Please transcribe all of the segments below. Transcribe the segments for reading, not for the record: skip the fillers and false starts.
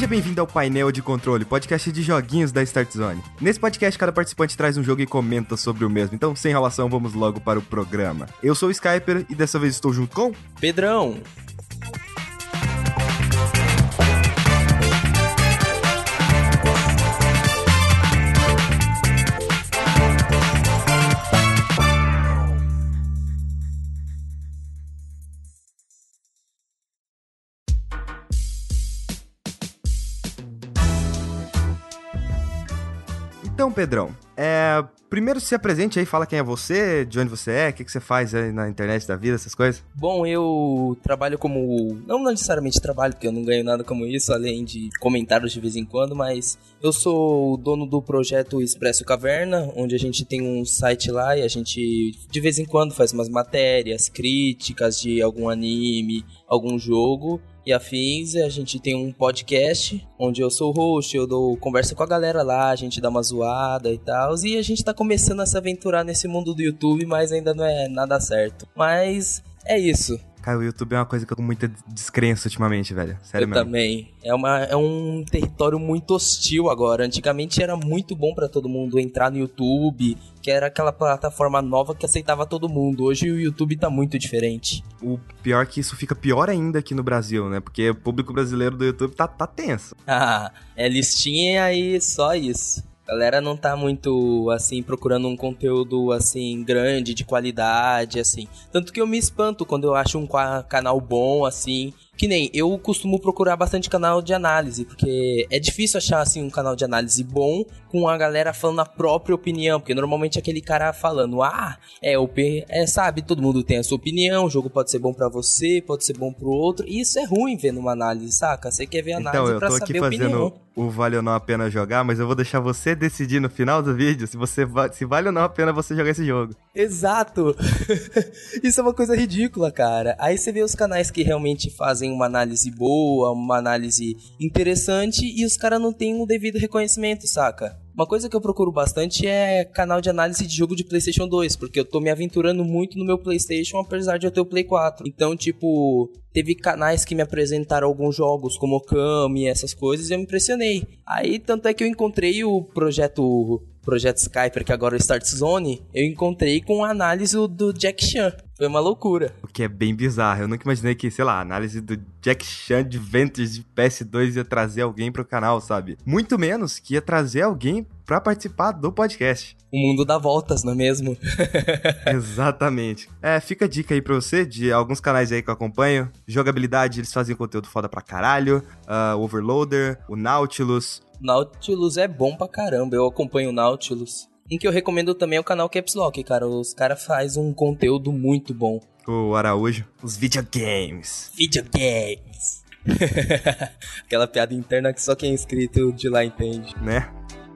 Seja bem-vindo ao Painel de Controle, podcast de joguinhos da Start Zone. Nesse podcast, cada participante traz um jogo e comenta sobre o mesmo. Então, sem enrolação, vamos logo para o programa. Eu sou o Skyper e dessa vez estou junto com... Pedrão. Então, Pedrão, primeiro se apresente aí, fala quem é você, de onde você é, o que você faz aí na internet da vida, essas coisas. Bom, eu trabalho como... Não necessariamente trabalho, porque eu não ganho nada como isso, além de comentários de vez em quando, mas eu sou o dono do projeto Expresso Caverna, onde a gente tem um site lá e a gente de vez em quando faz umas matérias, críticas de algum anime, algum jogo e afins. A gente tem um podcast onde eu sou o host, eu converso com a galera lá, a gente dá uma zoada e tal, e a gente tá começando a se aventurar nesse mundo do YouTube, mas ainda não é nada certo. Mas é isso. Cara, o YouTube é uma coisa que eu tô com muita descrença ultimamente, velho. Sério mesmo. Eu também. É um território muito hostil agora. Antigamente era muito bom pra todo mundo entrar no YouTube, que era aquela plataforma nova que aceitava todo mundo. Hoje o YouTube tá muito diferente. O pior é que isso fica pior ainda aqui no Brasil, né? Porque o público brasileiro do YouTube tá tenso. Ah, é listinha e só isso. A galera não tá muito, assim, procurando um conteúdo, assim, grande, de qualidade, assim. Tanto que eu me espanto quando eu acho um canal bom, assim. Que nem, eu costumo procurar bastante canal de análise, porque é difícil achar, assim, um canal de análise bom com a galera falando a própria opinião, porque normalmente é aquele cara falando, sabe, todo mundo tem a sua opinião, o jogo pode ser bom pra você, pode ser bom pro outro, e isso é ruim ver numa análise, saca? Você quer ver análise pra saber a opinião. Então, eu tô aqui fazendo o vale ou não a pena jogar, mas eu vou deixar você decidir no final do vídeo se vale ou não a pena você jogar esse jogo. Exato! Isso é uma coisa ridícula, cara. Aí você vê os canais que realmente fazem uma análise boa, uma análise interessante, e os caras não têm o devido reconhecimento, saca? Uma coisa que eu procuro bastante é canal de análise de jogo de PlayStation 2, porque eu tô me aventurando muito no meu PlayStation, apesar de eu ter o Play 4. Então, tipo, teve canais que me apresentaram alguns jogos, como Okami e essas coisas, e eu me impressionei. Aí, tanto é que eu encontrei o projeto Skyper, que agora é o Start Zone, eu encontrei com a análise do Jack Chan. Foi uma loucura. O que é bem bizarro. Eu nunca imaginei que, sei lá, a análise do Jack Chan de Ventres de PS2 ia trazer alguém pro canal, sabe? Muito menos que ia trazer alguém pra participar do podcast. O mundo dá voltas, não é mesmo? Exatamente. Fica a dica aí pra você de alguns canais aí que eu acompanho. Jogabilidade, eles fazem conteúdo foda pra caralho. O Overloader, o Nautilus. Nautilus é bom pra caramba, eu acompanho o Nautilus. Um que eu recomendo também é o canal Caps Lock, cara. Os caras fazem um conteúdo muito bom. O Araújo. Os videogames. Videogames. Aquela piada interna que só quem é inscrito de lá entende. Né?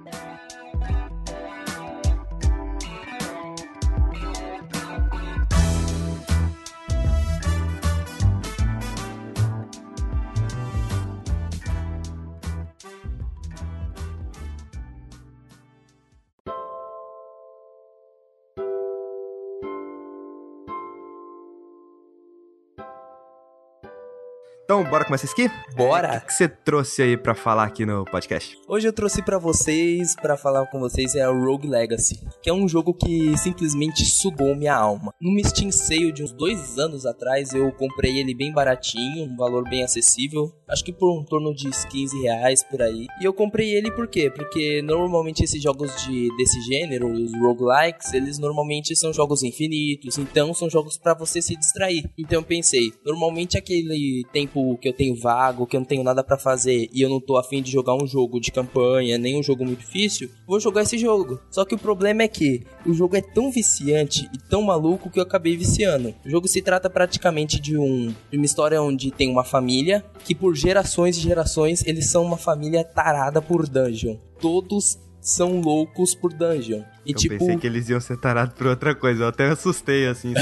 Então, bora começar isso aqui? Bora! O que você trouxe aí pra falar aqui no podcast? Hoje eu trouxe pra falar com vocês, é o Rogue Legacy, que é um jogo que simplesmente sugou minha alma. Numa Steam Sale de uns 2 anos atrás, eu comprei ele bem baratinho, um valor bem acessível, acho que por um torno de R$15 por aí. E eu comprei ele por quê? Porque normalmente esses jogos desse gênero, os roguelikes, eles normalmente são jogos infinitos, então são jogos pra você se distrair. Então eu pensei, normalmente aquele tempo que eu tenho vago, que eu não tenho nada pra fazer e eu não tô afim de jogar um jogo de campanha, nem um jogo muito difícil, vou jogar esse jogo. Só que o problema é que o jogo é tão viciante e tão maluco que eu acabei viciando. O jogo se trata praticamente de uma história onde tem uma família que por gerações e gerações eles são uma família tarada por dungeon. Todos são loucos por dungeon. E eu pensei que eles iam ser tarados por outra coisa, eu até assustei assim.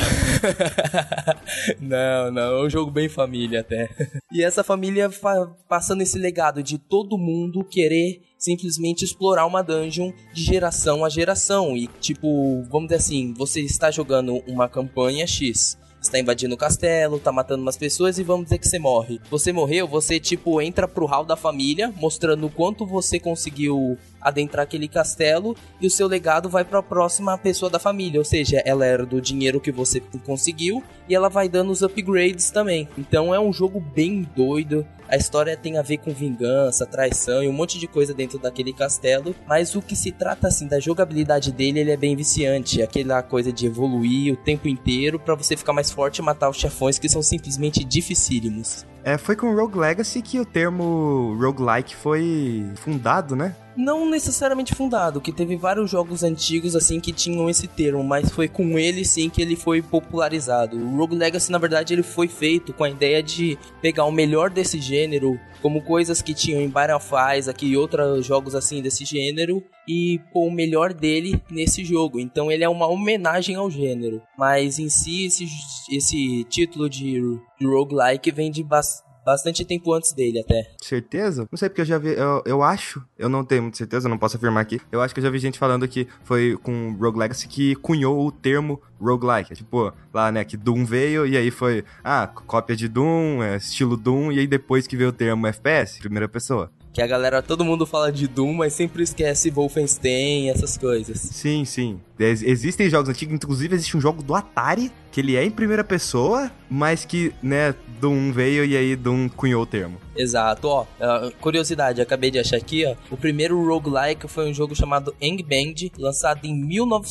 Não, é um jogo bem família até. E essa família passando esse legado de todo mundo querer simplesmente explorar uma dungeon de geração a geração. E tipo, vamos dizer assim, você está jogando uma campanha X Você tá invadindo o castelo, tá matando umas pessoas e vamos dizer que você morre. Você morreu, você tipo entra pro hall da família, mostrando o quanto você conseguiu adentrar aquele castelo, e o seu legado vai pra próxima pessoa da família, ou seja, ela era do dinheiro que você conseguiu e ela vai dando os upgrades também. Então é um jogo bem doido. A história tem a ver com vingança, traição e um monte de coisa dentro daquele castelo, mas o que se trata assim da jogabilidade dele, ele é bem viciante, aquela coisa de evoluir o tempo inteiro pra você ficar mais forte e matar os chefões que são simplesmente dificílimos. Foi com o Rogue Legacy que o termo roguelike foi fundado, né? Não necessariamente fundado, que teve vários jogos antigos assim que tinham esse termo, mas foi com ele sim que ele foi popularizado. O Rogue Legacy, na verdade, ele foi feito com a ideia de pegar o melhor desse gênero, como coisas que tinham em Battle of Isaac e outros jogos assim desse gênero, e pôr o melhor dele nesse jogo. Então ele é uma homenagem ao gênero, mas em si esse título de roguelike vem de bastante tempo antes dele até. Certeza? Não sei, porque eu já vi, eu acho, eu não tenho muita certeza, eu não posso afirmar aqui, eu acho que eu já vi gente falando que foi com Rogue Legacy que cunhou o termo roguelike. Tipo, lá, né, que Doom veio e aí foi, cópia de Doom, estilo Doom, e aí depois que veio o termo FPS, primeira pessoa. Que a galera, todo mundo fala de Doom, mas sempre esquece Wolfenstein, essas coisas. Sim, sim. Existem jogos antigos, inclusive existe um jogo do Atari, que ele é em primeira pessoa, mas que, né, Doom veio e aí Doom cunhou o termo. Exato, ó, curiosidade, acabei de achar aqui, ó, o primeiro roguelike foi um jogo chamado Angband, lançado em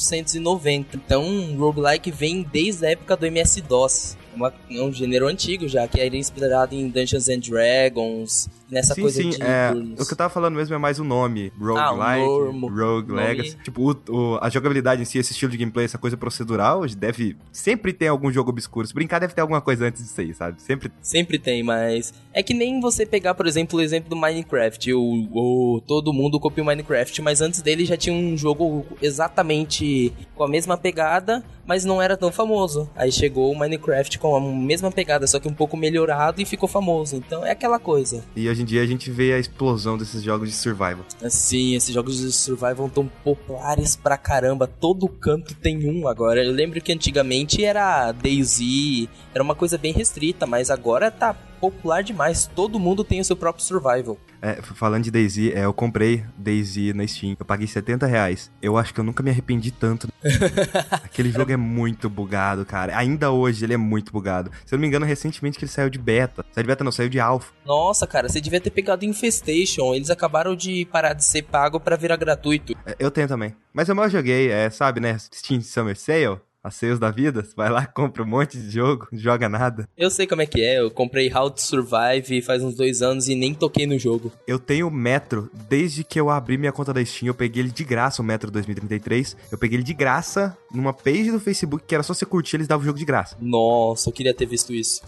1990. Então, roguelike vem desde a época do MS-DOS. É um gênero antigo já, que era inspirado em Dungeons and Dragons, nessa coisa de... o que eu tava falando mesmo é mais o nome, roguelike, Rogue Legacy. Tipo, a jogabilidade em si, esse estilo de gameplay, essa coisa procedural, sempre tem algum jogo obscuro. Se brincar, deve ter alguma coisa antes disso aí, sabe? Sempre tem, mas é que nem você pegar, por exemplo, o exemplo do Minecraft. Todo mundo copia o Minecraft, mas antes dele já tinha um jogo exatamente com a mesma pegada, mas não era tão famoso. Aí chegou o Minecraft com a mesma pegada, só que um pouco melhorado e ficou famoso. Então é aquela coisa. E hoje em dia a gente vê a explosão desses jogos de survival. Sim, esses jogos de survival tão populares pra caramba. Todo canto tem um agora. Eu lembro que antigamente era DayZ, era uma coisa bem restrita, mas agora tá popular demais. Todo mundo tem o seu próprio survival. Falando de DayZ, eu comprei DayZ na Steam. Eu paguei R$70. Eu acho que eu nunca me arrependi tanto. Aquele jogo é muito bugado, cara. Ainda hoje ele é muito bugado. Se eu não me engano, recentemente que ele saiu de beta. Saiu de beta não, saiu de alpha. Nossa, cara, você devia ter pegado Infestation. Eles acabaram de parar de ser pago pra virar gratuito. Eu tenho também. Mas eu mal joguei, sabe, né? Steam Summer Sale. As sales da vida, você vai lá, compra um monte de jogo, não joga nada. Eu sei como é que é, eu comprei How to Survive faz uns 2 anos e nem toquei no jogo. Eu tenho o Metro, desde que eu abri minha conta da Steam, eu peguei ele de graça, o Metro 2033. Eu peguei ele de graça numa page do Facebook, que era só você curtir, eles davam o jogo de graça. Nossa, eu queria ter visto isso.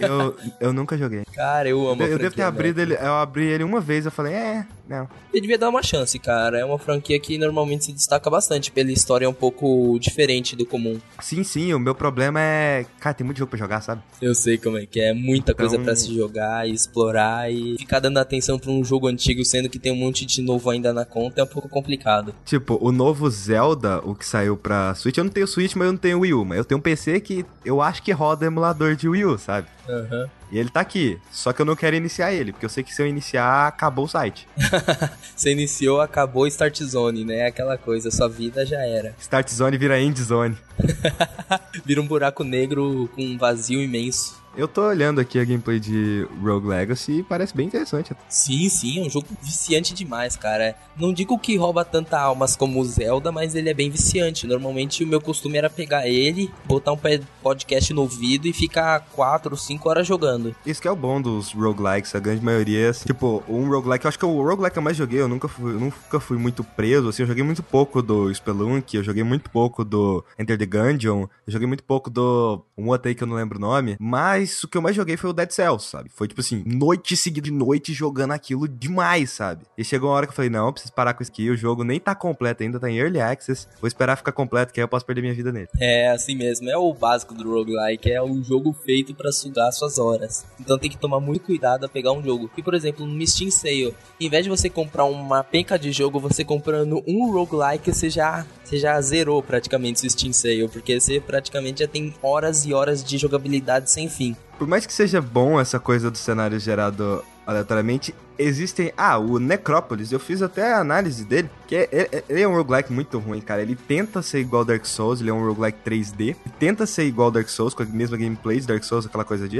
eu nunca joguei. Cara, eu amo a franquia. Eu devo ter abrido ele, eu abri ele uma vez, eu falei, não. Você devia dar uma chance, cara. É uma franquia que normalmente se destaca bastante pela história um pouco diferente do comum. Sim, o meu problema é... Cara, tem muito jogo pra jogar, sabe? Eu sei como é que é. Muita coisa pra se jogar e explorar. E ficar dando atenção pra um jogo antigo, sendo que tem um monte de novo ainda na conta, é um pouco complicado. Tipo, o novo Zelda, o que saiu pra Switch, eu não tenho Switch, mas eu não tenho Wii U. Mas eu tenho um PC que eu acho que roda emulador de Wii U, sabe? Aham. E ele tá aqui, só que eu não quero iniciar ele, porque eu sei que se eu iniciar, acabou o site. Você iniciou, acabou Start Zone, né? Aquela coisa, sua vida já era. Start Zone vira End Zone. Vira um buraco negro com um vazio imenso. Eu tô olhando aqui a gameplay de Rogue Legacy e parece bem interessante. Sim, é um jogo viciante demais, cara. Não digo que rouba tanta almas como o Zelda, mas ele é bem viciante. Normalmente o meu costume era pegar ele, botar um podcast no ouvido e ficar 4 ou 5 horas jogando. Isso que é o bom dos roguelikes, a grande maioria, assim, tipo, um roguelike, eu acho que o roguelike que eu mais joguei, eu nunca fui muito preso, assim, eu joguei muito pouco do Spelunk, eu joguei muito pouco do Enter the Gungeon, eu joguei muito pouco do um outro aí que eu não lembro o nome, mas Mas o que eu mais joguei foi o Dead Cells, sabe? Foi tipo assim, noite seguida de noite jogando aquilo demais, sabe? E chegou uma hora que eu falei, não, eu preciso parar com isso aqui, o jogo nem tá completo ainda, tá em Early Access, vou esperar ficar completo, que aí eu posso perder minha vida nele. É, assim mesmo, é o básico do roguelike, é um jogo feito pra sugar suas horas. Então tem que tomar muito cuidado a pegar um jogo. E, por exemplo, no Steam Sale, em vez de você comprar uma penca de jogo, você comprando um roguelike, você já zerou praticamente o Steam Sale, porque você praticamente já tem horas e horas de jogabilidade sem fim. Por mais que seja bom essa coisa do cenário gerado aleatoriamente, existem... o Necrópolis, eu fiz até a análise dele, que ele é um roguelike muito ruim, cara. Ele tenta ser igual Dark Souls, ele é um roguelike 3D, ele tenta ser igual Dark Souls, com a mesma gameplay de Dark Souls, aquela coisa de,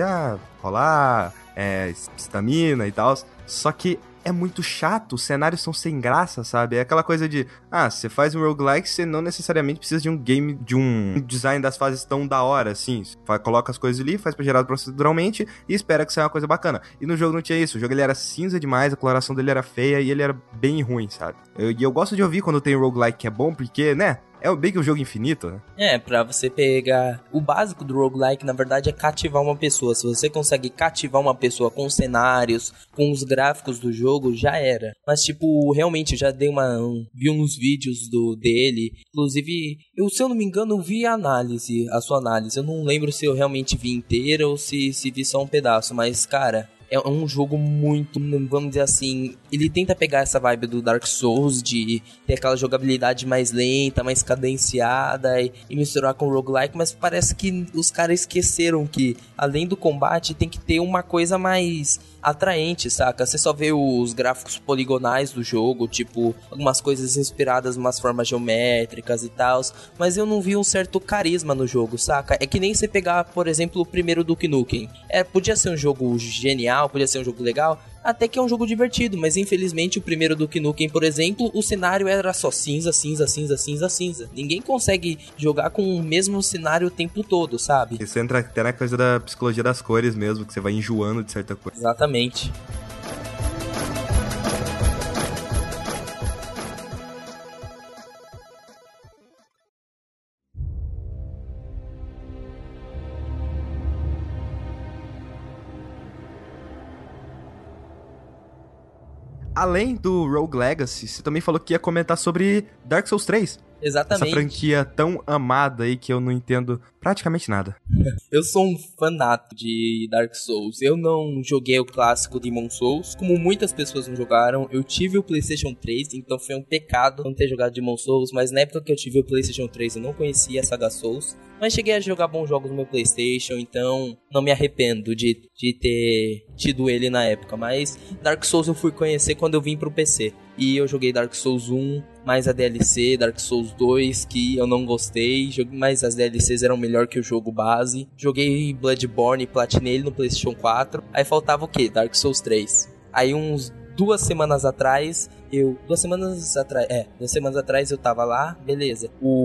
rolar, estamina e tal, só que é muito chato, os cenários são sem graça, sabe? É aquela coisa de, você faz um roguelike, você não necessariamente precisa de um design das fases tão da hora, assim. Você coloca as coisas ali, faz pra gerado proceduralmente e espera que saia uma coisa bacana. E no jogo não tinha isso, o jogo ele era cinza demais, a coloração dele era feia e ele era bem ruim, sabe? E eu gosto de ouvir quando tem roguelike que é bom, porque, né? É bem que um jogo infinito, né? Pra você pegar... O básico do roguelike, na verdade, é cativar uma pessoa. Se você consegue cativar uma pessoa com os cenários, com os gráficos do jogo, já era. Mas, tipo, realmente, eu já dei vi uns vídeos dele. Inclusive, se eu não me engano, eu vi a sua análise. Eu não lembro se eu realmente vi inteira ou se vi só um pedaço. Mas, cara... É um jogo muito, vamos dizer assim, ele tenta pegar essa vibe do Dark Souls, de ter aquela jogabilidade mais lenta, mais cadenciada e misturar com o roguelike, mas parece que os caras esqueceram que, além do combate, tem que ter uma coisa mais atraente, saca? Você só vê os gráficos poligonais do jogo, tipo, algumas coisas inspiradas em umas formas geométricas e tal, mas eu não vi um certo carisma no jogo, saca? É que nem você pegar, por exemplo, o primeiro Duke Nukem. Podia ser um jogo genial, podia ser um jogo legal, até que é um jogo divertido, mas infelizmente o primeiro Duke Nukem, por exemplo, o cenário era só cinza, cinza, cinza, cinza, cinza. Ninguém consegue jogar com o mesmo cenário o tempo todo, sabe? Isso entra até na coisa da psicologia das cores mesmo, que você vai enjoando de certa coisa. Exatamente. Além do Rogue Legacy, você também falou que ia comentar sobre Dark Souls 3. Exatamente. Essa franquia tão amada aí que eu não entendo praticamente nada. Eu sou um fanato de Dark Souls. Eu não joguei o clássico Demon Souls, como muitas pessoas não jogaram. Eu tive o PlayStation 3, então foi um pecado não ter jogado Demon Souls. Mas na época que eu tive o PlayStation 3, eu não conhecia a saga Souls. Mas cheguei a jogar bons jogos no meu PlayStation, então não me arrependo de ter tido ele na época. Mas Dark Souls eu fui conhecer quando eu vim pro PC. E eu joguei Dark Souls 1, mais a DLC, Dark Souls 2, que eu não gostei, mas as DLCs eram melhor que o jogo base. Joguei Bloodborne e platinei ele no PlayStation 4. Aí faltava o quê? Dark Souls 3. Aí uns 2 semanas atrás, 2 semanas atrás eu tava lá, beleza.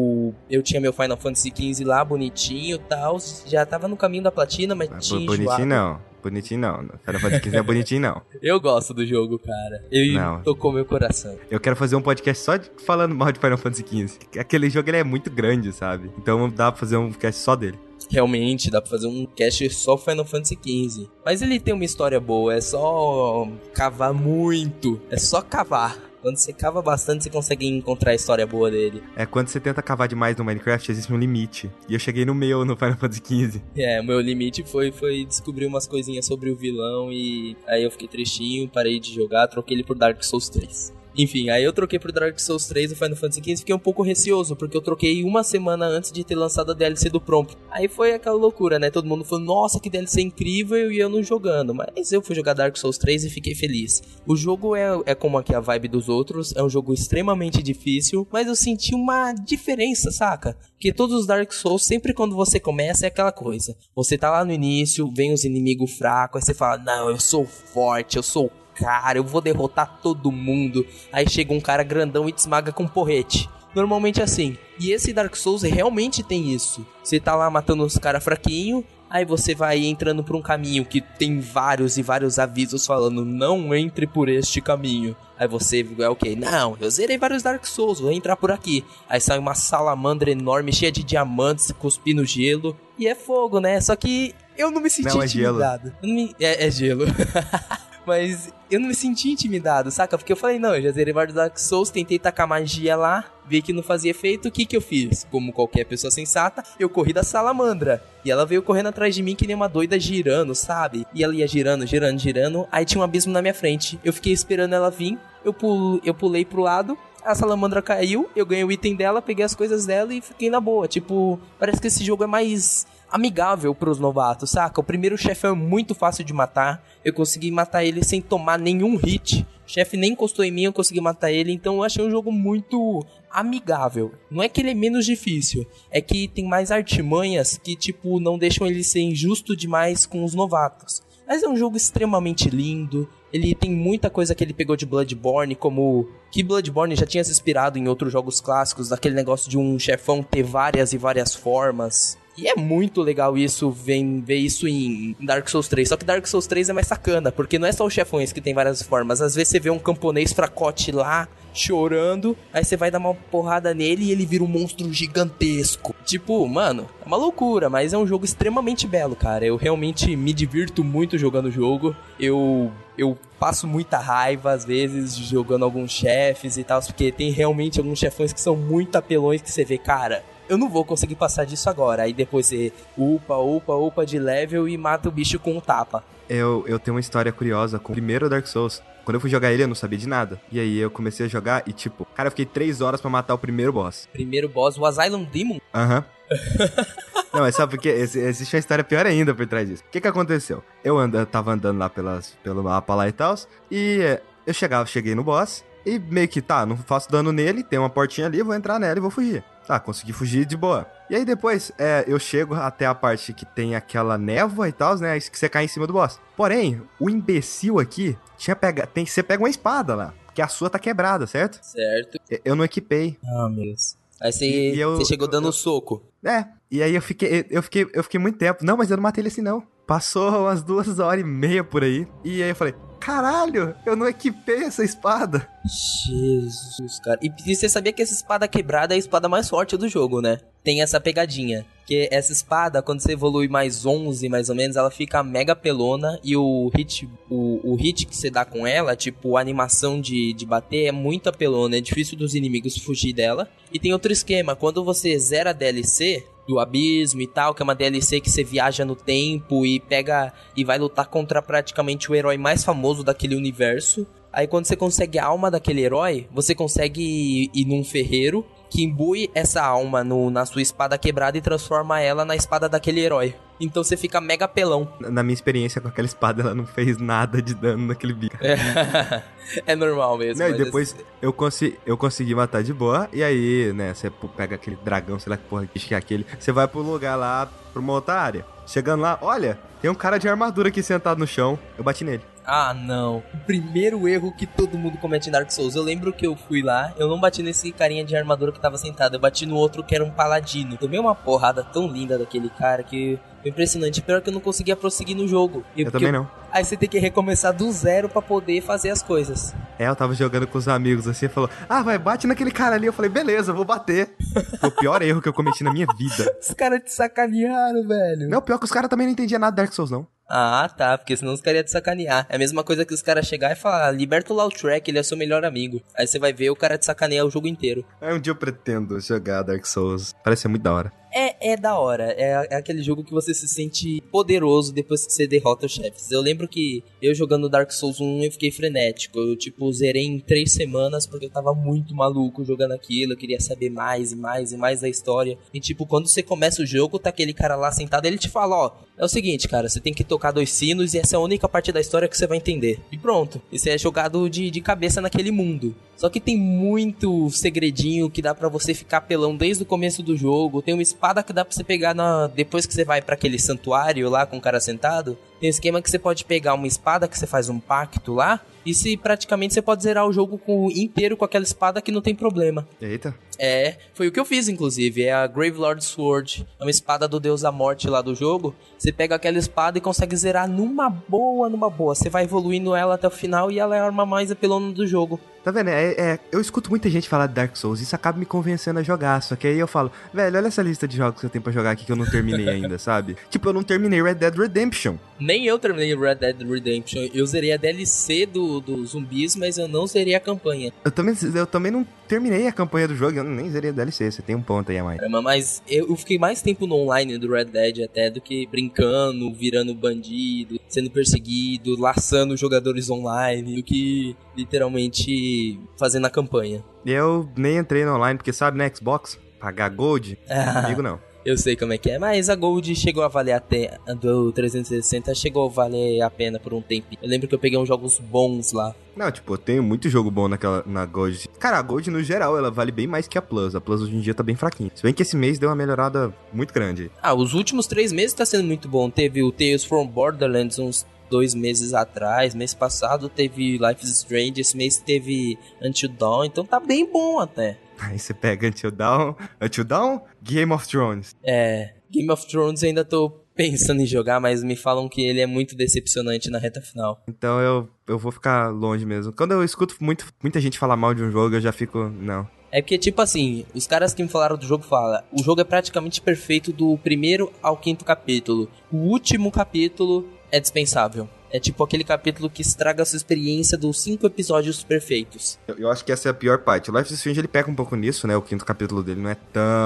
Eu tinha meu Final Fantasy XV lá, bonitinho e tal, já tava no caminho da platina, mas tinha enjoado. Bonitinho não. Final Fantasy XV não é bonitinho não. Eu gosto do jogo, cara. Tocou meu coração. Eu quero fazer um podcast só falando mal de Final Fantasy XV. Aquele jogo ele é muito grande, sabe? Então dá pra fazer um cast só dele. Realmente, dá pra fazer um cast só Final Fantasy XV. Mas ele tem uma história boa, é só cavar muito. É só cavar. Quando você cava bastante, você consegue encontrar a história boa dele. Quando você tenta cavar demais no Minecraft, existe um limite. E eu cheguei no Final Fantasy XV. O meu limite foi descobrir umas coisinhas sobre o vilão e aí eu fiquei tristinho, parei de jogar, troquei ele por Dark Souls 3. Enfim, aí eu troquei pro Dark Souls 3 do Final Fantasy XV, fiquei um pouco receoso, porque eu troquei uma semana antes de ter lançado a DLC do Prompt. Aí foi aquela loucura, né? Todo mundo falou, nossa, que DLC incrível, e eu não jogando. Mas eu fui jogar Dark Souls 3 e fiquei feliz. O jogo é como aqui a vibe dos outros, é um jogo extremamente difícil, mas eu senti uma diferença, saca? Porque todos os Dark Souls, sempre quando você começa, é aquela coisa. Você tá lá no início, vem os inimigos fracos, aí você fala, não, eu sou forte, eu sou cara, eu vou derrotar todo mundo. Aí chega um cara grandão e te esmaga com um porrete. Normalmente é assim. E esse Dark Souls realmente tem isso. Você tá lá matando os caras fraquinhos, aí você vai entrando por um caminho que tem vários e vários avisos falando, não entre por este caminho. Aí você é o quê? Não, eu zerei vários Dark Souls, vou entrar por aqui. Aí sai uma salamandra enorme, cheia de diamantes, cuspindo gelo. E é fogo, né? Só que Eu não me senti Não, é gelo. intimidado. É gelo. Mas eu não me senti intimidado, saca? Porque eu falei, não, eu já zerei vários Dark Souls, tentei tacar magia lá, vi que não fazia efeito, o que eu fiz? Como qualquer pessoa sensata, eu corri da salamandra. E ela veio correndo atrás de mim que nem uma doida girando, sabe? E ela ia girando, aí tinha um abismo na minha frente. Eu fiquei esperando ela vir, eu pulei pro lado, a salamandra caiu, eu ganhei o item dela, peguei as coisas dela e fiquei na boa. Tipo, parece que esse jogo é mais amigável pros novatos, saca? O primeiro chefe é muito fácil de matar, eu consegui matar ele sem tomar nenhum hit. O chefe nem encostou em mim, eu consegui matar ele, então eu achei um jogo muito amigável. Não é que ele é menos difícil, é que tem mais artimanhas que, tipo, não deixam ele ser injusto demais com os novatos. Mas é um jogo extremamente lindo, ele tem muita coisa que ele pegou de Bloodborne, como que Bloodborne já tinha se inspirado em outros jogos clássicos, daquele negócio de um chefão ter várias e várias formas. E é muito legal isso, ver isso em Dark Souls 3. Só que Dark Souls 3 é mais sacana, porque não é só os chefões que tem várias formas. Às vezes você vê um camponês fracote lá, chorando, aí você vai dar uma porrada nele e ele vira um monstro gigantesco. Tipo, mano, é uma loucura, mas é um jogo extremamente belo, cara. Eu realmente me divirto muito jogando o jogo. Eu passo muita raiva, às vezes, jogando alguns chefes e tal, porque tem realmente alguns chefões que são muito apelões que você vê, cara, eu não vou conseguir passar disso agora. Aí depois você upa de level e mata o bicho com um tapa. Eu tenho uma história curiosa com o primeiro Dark Souls. Quando eu fui jogar ele, eu não sabia de nada. E aí eu comecei a jogar e, tipo, cara, eu fiquei 3 horas pra matar o primeiro boss. Primeiro boss, o Asylum Demon? Aham. Não, é só porque existe uma história pior ainda por trás disso. O que aconteceu? Eu tava andando lá pelo mapa lá e tal, e eu cheguei no boss, e meio que, tá, não faço dano nele, tem uma portinha ali, vou entrar nela e vou fugir. Tá, consegui fugir de boa. E aí depois, eu chego até a parte que tem aquela névoa e tal, né, que você cai em cima do boss. Porém, o imbecil aqui, você pega uma espada lá, que a sua tá quebrada, certo? Certo. Eu não equipei. Ah, meu Deus. Aí você chegou dando um soco. E aí eu fiquei muito tempo. Não, mas eu não matei ele assim, não. Passou umas 2h30 por aí. E aí eu falei, caralho, eu não equipei essa espada. Jesus, cara. E você sabia que essa espada quebrada é a espada mais forte do jogo, né? Tem essa pegadinha. Que essa espada, quando você evolui mais 11, mais ou menos, ela fica mega pelona. E o hit que você dá com ela, tipo, a animação de bater é muito apelona. É difícil dos inimigos fugir dela. E tem outro esquema. Quando você zera a DLC do Abismo e tal, que é uma DLC que você viaja no tempo e pega e vai lutar contra praticamente o herói mais famoso daquele universo. Aí quando você consegue a alma daquele herói, você consegue ir num ferreiro que imbui essa alma na sua espada quebrada e transforma ela na espada daquele herói. Então você fica mega pelão. Na minha experiência com aquela espada, ela não fez nada de dano naquele bicho. É normal mesmo. Não, e depois eu consegui matar de boa. E aí, né, você pega aquele dragão, sei lá que porra que é aquele. Você vai pro lugar lá, pra uma outra área. Chegando lá, olha, tem um cara de armadura aqui sentado no chão. Eu bati nele. Ah, não. O primeiro erro que todo mundo comete em Dark Souls. Eu lembro que eu fui lá, eu não bati nesse carinha de armadura que tava sentado. Eu bati no outro que era um paladino. Tomei uma porrada tão linda daquele cara que foi impressionante. Pior que eu não conseguia prosseguir no jogo. Eu também não. Aí você tem que recomeçar do zero pra poder fazer as coisas. Eu tava jogando com os amigos assim, falou, vai, bate naquele cara ali. Eu falei, beleza, vou bater. Foi o pior erro que eu cometi na minha vida. Os caras te sacanearam, velho. Não, pior que os caras também não entendiam nada de Dark Souls, não. Ah, tá, porque senão os caras iam te sacanear. É a mesma coisa que os caras chegar e falar, liberta o Lautrec, ele é seu melhor amigo. Aí você vai ver o cara te sacanear o jogo inteiro. Um dia eu pretendo jogar Dark Souls. Parece ser muito da hora. É da hora. É aquele jogo que você se sente poderoso depois que você derrota os chefes. Eu lembro que eu jogando Dark Souls 1 eu fiquei frenético. Eu, tipo, zerei em 3 semanas porque eu tava muito maluco jogando aquilo. Eu queria saber mais e mais e mais da história. E, tipo, quando você começa o jogo, tá aquele cara lá sentado, ele te fala, é o seguinte, cara, você tem que tocar 2 sinos e essa é a única parte da história que você vai entender. E pronto. E você é jogado de cabeça naquele mundo. Só que tem muito segredinho que dá pra você ficar pelão desde o começo do jogo. Tem uma espada que dá pra você pegar depois que você vai pra aquele santuário lá com o cara sentado. Tem um esquema que você pode pegar uma espada que você faz um pacto lá, e se praticamente você pode zerar o jogo inteiro com aquela espada que não tem problema. Eita. Foi o que eu fiz, inclusive. É a Gravelord Sword. É uma espada do Deus da Morte lá do jogo. Você pega aquela espada e consegue zerar numa boa. Você vai evoluindo ela até o final e ela é a arma mais apelona do jogo. Tá vendo? Eu escuto muita gente falar de Dark Souls, isso acaba me convencendo a jogar, só que aí eu falo, velho, olha essa lista de jogos que eu tenho pra jogar aqui que eu não terminei ainda, sabe? Tipo, eu não terminei Red Dead Redemption. Nem eu terminei Red Dead Redemption. Eu zerei a DLC do zumbis, mas eu não zerei a campanha. Eu também não terminei a campanha do jogo, eu nem zerei a DLC, você tem um ponto aí a mais. Mas eu fiquei mais tempo no online do Red Dead até do que brincando, virando bandido, sendo perseguido, laçando jogadores online, do que literalmente fazendo a campanha. Eu nem entrei no online, porque sabe, né, Xbox? Pagar Gold? Comigo não. Eu sei como é que é, mas a Gold chegou a valer até do 360, chegou a valer a pena por um tempo. Eu lembro que eu peguei uns jogos bons lá. Não, tipo, eu tenho muito jogo bom na Gold. Cara, a Gold, no geral, ela vale bem mais que a Plus. A Plus hoje em dia tá bem fraquinha. Se bem que esse mês deu uma melhorada muito grande. Os últimos 3 meses tá sendo muito bom. Teve o Tales from Borderlands uns 2 meses atrás. Mês passado teve Life is Strange. Esse mês teve Until Dawn. Então tá bem bom até. Aí você pega Until Dawn, Game of Thrones. Game of Thrones ainda tô pensando em jogar, mas me falam que ele é muito decepcionante na reta final. Então eu vou ficar longe mesmo. Quando eu escuto muita gente falar mal de um jogo, eu já fico, não. É porque, tipo assim, os caras que me falaram do jogo falam, o jogo é praticamente perfeito do primeiro ao 5º capítulo. O último capítulo é dispensável. É tipo aquele capítulo que estraga a sua experiência dos 5 episódios perfeitos. Eu acho que essa é a pior parte. O Life is Strange, ele peca um pouco nisso, né? O 5º capítulo dele não é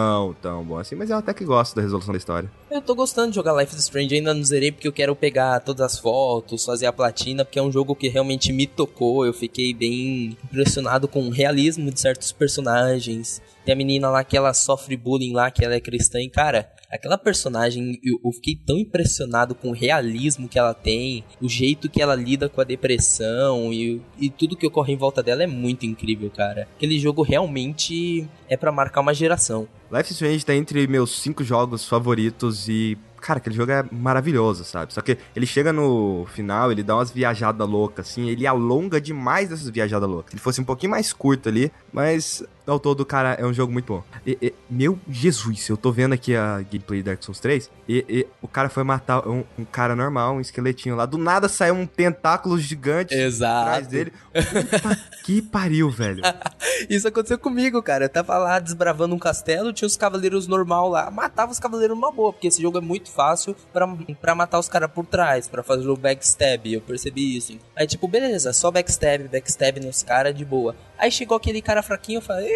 tão bom assim, mas eu até que gosto da resolução da história. Eu tô gostando de jogar Life is Strange, ainda não zerei porque eu quero pegar todas as fotos, fazer a platina, porque é um jogo que realmente me tocou. Eu fiquei bem impressionado com o realismo de certos personagens. Tem a menina lá que ela sofre bullying lá, que ela é cristã, e cara, aquela personagem, eu fiquei tão impressionado com o realismo que ela tem, o jeito que ela lida com a depressão e tudo que ocorre em volta dela é muito incrível, cara. Aquele jogo realmente é pra marcar uma geração. Life is Strange tá entre meus 5 jogos favoritos e... Cara, aquele jogo é maravilhoso, sabe? Só que ele chega no final, ele dá umas viajadas loucas, assim, ele alonga demais dessas viajadas loucas. Ele fosse um pouquinho mais curto ali, mas ao todo, cara, é um jogo muito bom. Meu Jesus, eu tô vendo aqui a gameplay de Dark Souls 3, o cara foi matar um cara normal, um esqueletinho lá. Do nada saiu um tentáculo gigante atrás dele. Puta que pariu, velho. Isso aconteceu comigo, cara. Eu tava lá desbravando um castelo, tinha os cavaleiros normal lá. Matava os cavaleiros numa boa, porque esse jogo é muito fácil pra matar os caras por trás, pra fazer o backstab. Eu percebi isso. Aí, tipo, beleza, só backstab nos caras de boa. Aí chegou aquele cara fraquinho, eu falei,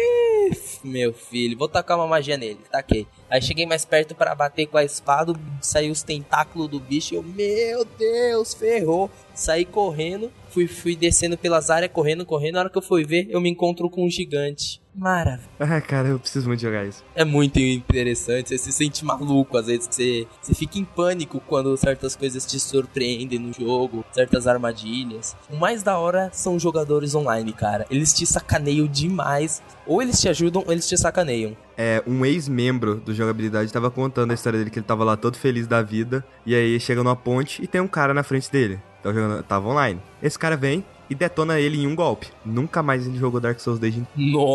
meu filho, vou tacar uma magia nele. Taquei. Aí cheguei mais perto pra bater com a espada, saiu os tentáculos do bicho e eu, meu Deus, ferrou. Saí correndo, fui descendo pelas áreas, correndo. Na hora que eu fui ver, eu me encontro com um gigante. Maravilha. Ah, cara, eu preciso muito jogar isso. É muito interessante, você se sente maluco, às vezes você fica em pânico quando certas coisas te surpreendem no jogo, certas armadilhas. O mais da hora são os jogadores online, cara. Eles te sacaneiam demais, ou eles te ajudam ou eles te sacaneiam. Um ex-membro do Jogabilidade tava contando a história dele, que ele tava lá todo feliz da vida, e aí chega numa ponte e tem um cara na frente dele. Tava online. Esse cara vem e detona ele em um golpe. Nunca mais ele jogou Dark Souls desde...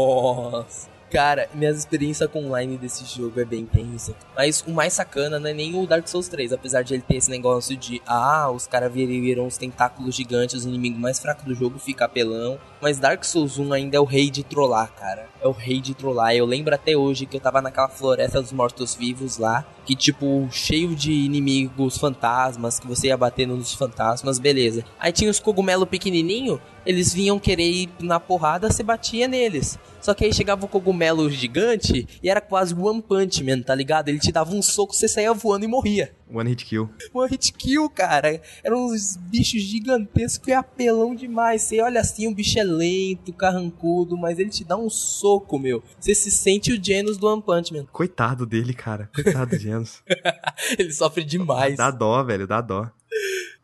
Nossa! Cara, minhas experiências com online desse jogo é bem tensa. Mas o mais sacana não é nem o Dark Souls 3, apesar de ele ter esse negócio de os caras viram os tentáculos gigantes, o inimigo mais fraco do jogo fica apelão. Mas Dark Souls 1 ainda é o rei de trollar, cara. É o rei de trollar. Eu lembro até hoje que eu tava naquela floresta dos mortos-vivos lá, que tipo, cheio de inimigos fantasmas, que você ia batendo nos fantasmas, beleza. Aí tinha os cogumelos pequenininho, eles vinham querer ir na porrada, você batia neles. Só que aí chegava o cogumelo gigante e era quase One Punch Man, tá ligado? Ele te dava um soco, você saía voando e morria. One hit kill. One hit kill, cara. Eram uns bichos gigantescos e apelão demais. Você olha assim, o bicho é lento, carrancudo, mas ele te dá um soco, meu. Você se sente o Genos do One Punch Man. Coitado dele, cara. Coitado do Genos. Ele sofre demais. Dá dó, velho, dá dó.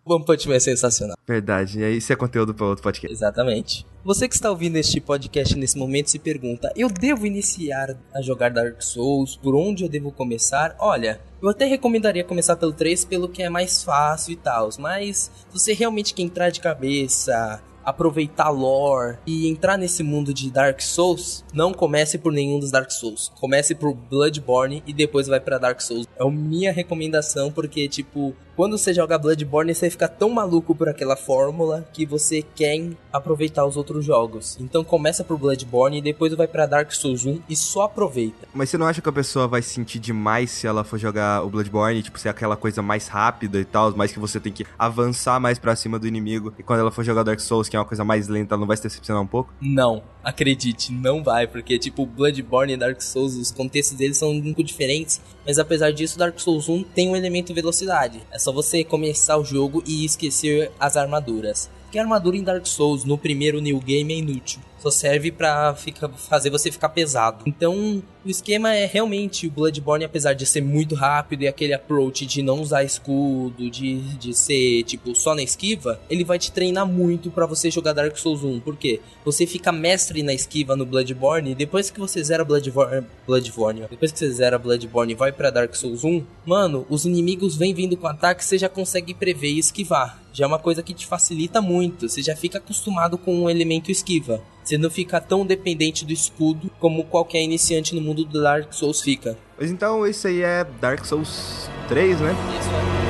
One Punch Man é sensacional. Verdade, e aí isso é conteúdo para outro podcast. Exatamente. Você que está ouvindo este podcast nesse momento se pergunta: eu devo iniciar a jogar Dark Souls? Por onde eu devo começar? Olha, eu até recomendaria começar pelo 3, pelo que é mais fácil e tal, mas você realmente quer entrar de cabeça, aproveitar lore e entrar nesse mundo de Dark Souls, não comece por nenhum dos Dark Souls. Comece por Bloodborne e depois vai pra Dark Souls. É a minha recomendação, porque, tipo, quando você joga Bloodborne, você fica tão maluco por aquela fórmula que você quer aproveitar os outros jogos. Então começa por Bloodborne e depois vai pra Dark Souls 1 e só aproveita. Mas você não acha que a pessoa vai sentir demais se ela for jogar o Bloodborne? Tipo, ser aquela coisa mais rápida e tal, mais que você tem que avançar mais pra cima do inimigo. E quando ela for jogar Dark Souls, que é uma coisa mais lenta, ela não vai se decepcionar um pouco? Não, acredite, não vai. Porque, tipo, Bloodborne e Dark Souls, os contextos deles são um pouco diferentes. Mas apesar disso, Dark Souls 1 tem um elemento velocidade. É só você começar o jogo e esquecer as armaduras. Porque a armadura em Dark Souls, no primeiro New Game, é inútil. Só serve pra fazer você ficar pesado. Então, o esquema é realmente o Bloodborne, apesar de ser muito rápido e aquele approach de não usar escudo, de ser, tipo, só na esquiva, ele vai te treinar muito pra você jogar Dark Souls 1. Por quê? Você fica mestre na esquiva no Bloodborne, e depois que você zera depois que você zera Bloodborne e vai pra Dark Souls 1, mano, os inimigos vêm vindo com ataque, você já consegue prever e esquivar. Já é uma coisa que te facilita muito, você já fica acostumado com o elemento esquiva. Você não fica tão dependente do escudo como qualquer iniciante no mundo do Dark Souls fica. Mas então esse aí é Dark Souls 3, né? Isso é.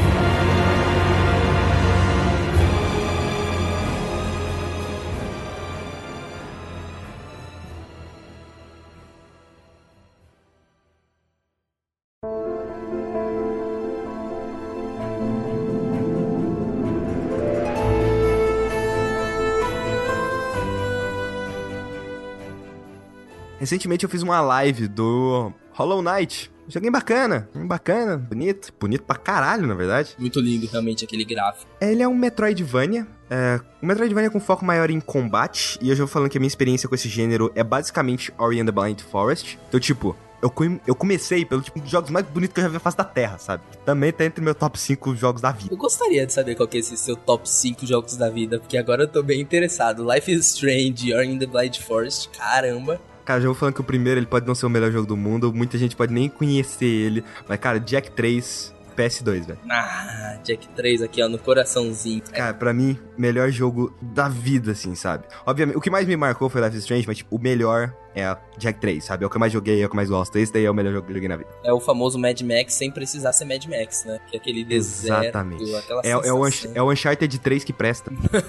Recentemente eu fiz uma live do Hollow Knight. Joguinho bacana, bonito pra caralho, na verdade. Muito lindo, realmente, aquele gráfico. Ele é um Metroidvania, um Metroidvania com foco maior em combate, e eu já vou falando que a minha experiência com esse gênero é basicamente Ori and the Blind Forest. Então, tipo, eu comecei pelo tipo de jogos mais bonitos que eu já vi na face da Terra, sabe? Também tá entre meu top 5 jogos da vida. Eu gostaria de saber qual que é esse seu top 5 jogos da vida, porque agora eu tô bem interessado. Life is Strange, Ori and the Blind Forest, caramba. Cara, já vou falando que o primeiro, ele pode não ser o melhor jogo do mundo, muita gente pode nem conhecer ele, mas, cara, Jack 3, PS2, velho. Ah, Jack 3 aqui, ó, no coraçãozinho. Cara, pra mim, melhor jogo da vida, assim, sabe? Obviamente, o que mais me marcou foi Life is Strange, mas, tipo, o melhor é Jack 3, sabe? É o que eu mais joguei, é o que eu mais gosto. Esse daí é o melhor jogo que eu joguei na vida. É o famoso Mad Max sem precisar ser Mad Max, né? Que é aquele deserto, exatamente. Aquela é o Uncharted 3 que presta.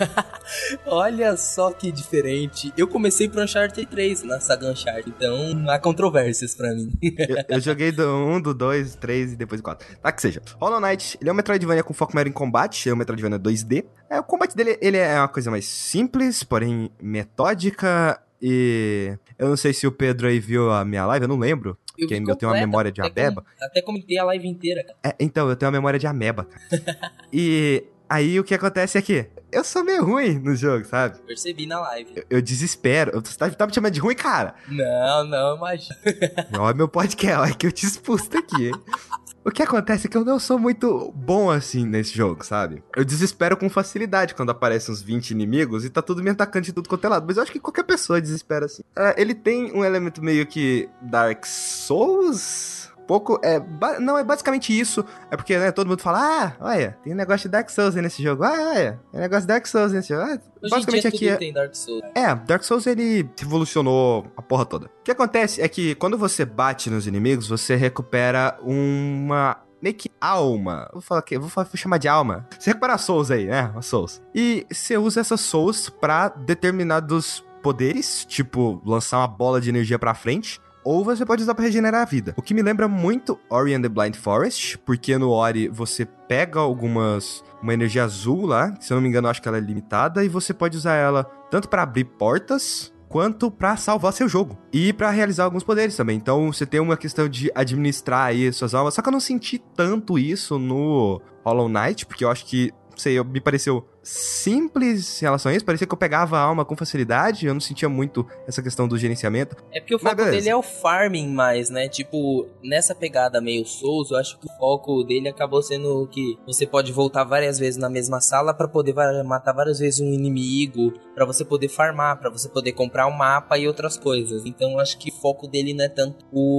Olha só que diferente. Eu comecei pro Uncharted 3 na saga Uncharted, então há controvérsias pra mim. eu joguei do 1, do 2, 3 e depois do 4. Tá que seja. Hollow Knight, ele é um Metroidvania com foco maior em combate, é um Metroidvania 2D. O combate dele, ele é uma coisa mais simples, porém metódica. E eu não sei se o Pedro aí viu a minha live, eu não lembro. Porque eu tenho uma memória de ameba. Até comentei a live inteira, cara. Então, eu tenho uma memória de ameba, cara. E aí o que acontece é que eu sou meio ruim no jogo, sabe? Percebi na live. Eu desespero. Você tá me chamando de ruim, cara? Não, imagina. Olha meu podcast, olha que eu te expulso daqui, hein? O que acontece é que eu não sou muito bom assim nesse jogo, sabe? Eu desespero com facilidade quando aparecem uns 20 inimigos e tá tudo me atacando de tudo quanto é lado. Mas eu acho que qualquer pessoa desespera assim. Ele tem um elemento meio que Dark Souls... pouco, não, é basicamente isso. É porque, né, todo mundo fala, olha, tem um negócio de Dark Souls aí nesse jogo. Olha, tem um negócio de Dark Souls nesse jogo. Basicamente aqui tem Dark Souls. Dark Souls, ele revolucionou a porra toda. O que acontece é que quando você bate nos inimigos, você recupera uma... meio que alma. Vou chamar de alma. Você recupera souls aí, né? Souls. E você usa essas souls pra determinados poderes, tipo, lançar uma bola de energia pra frente, ou você pode usar pra regenerar a vida. O que me lembra muito Ori and the Blind Forest, porque no Ori você pega uma energia azul lá, se eu não me engano, eu acho que ela é limitada, e você pode usar ela tanto pra abrir portas, quanto pra salvar seu jogo. E pra realizar alguns poderes também. Então você tem uma questão de administrar aí suas almas. Só que eu não senti tanto isso no Hollow Knight, porque eu acho que, não sei, me pareceu simples em relação a isso. Parecia que eu pegava a alma com facilidade. Eu não sentia muito essa questão do gerenciamento. É porque o foco dele é o farming mais, né? Tipo, nessa pegada meio Souls, eu acho que o foco dele acabou sendo que você pode voltar várias vezes na mesma sala pra poder matar várias vezes um inimigo, pra você poder farmar, pra você poder comprar um mapa e outras coisas. Então eu acho que o foco dele não é tanto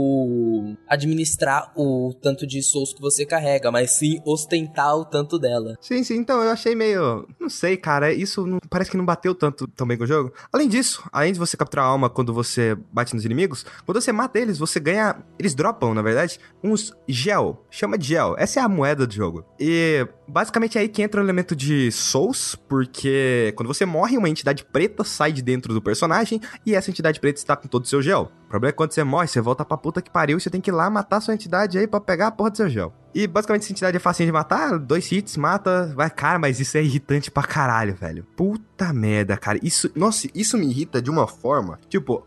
o administrar o tanto de Souls que você carrega, mas sim ostentar o tanto dela. Sim, então eu achei meio... Não sei, cara, isso parece que não bateu tanto também com o jogo. Além disso, além de você capturar a alma quando você bate nos inimigos, quando você mata eles, você ganha... Eles dropam, na verdade, uns gel. Chama de gel. Essa é a moeda do jogo. E basicamente é aí que entra o elemento de Souls, porque quando você morre, uma entidade preta sai de dentro do personagem e essa entidade preta está com todo o seu gel. O problema é que quando você morre, você volta pra puta que pariu e você tem que ir lá matar sua entidade aí pra pegar a porra do seu gel. E basicamente essa entidade é facinho de matar, 2 hits, mata, vai, cara, mas isso é irritante pra caralho, velho. Puta merda, cara. Nossa, isso me irrita de uma forma, tipo,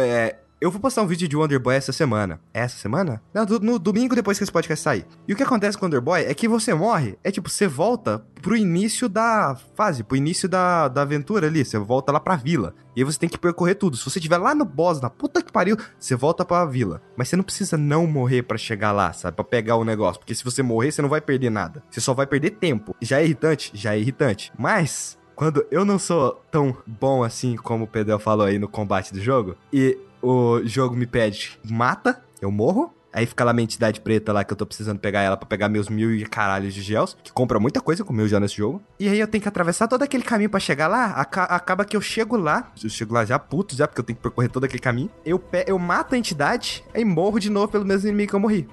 eu vou postar um vídeo de Wonder Boy essa semana. Essa semana? Não, no domingo depois que esse podcast sair. E o que acontece com o Wonder Boy é que você morre, é tipo, você volta pro início da fase, pro início da aventura ali, você volta lá pra vila. E aí você tem que percorrer tudo. Se você estiver lá no boss, na puta que pariu, você volta pra vila. Mas você não precisa não morrer pra chegar lá, sabe? Pra pegar o negócio. Porque se você morrer, você não vai perder nada. Você só vai perder tempo. Já é irritante? Já é irritante. Mas... quando eu não sou tão bom assim como o Pedro falou aí no combate do jogo, e o jogo me pede, mata, eu morro, aí fica lá minha entidade preta lá que eu tô precisando pegar ela pra pegar meus 1000 e caralhos de gels, que compra muita coisa comigo já nesse jogo, e aí eu tenho que atravessar todo aquele caminho pra chegar lá, acaba que eu chego lá já puto já, porque eu tenho que percorrer todo aquele caminho, eu mato a entidade, aí morro de novo pelo mesmo inimigo que eu morri.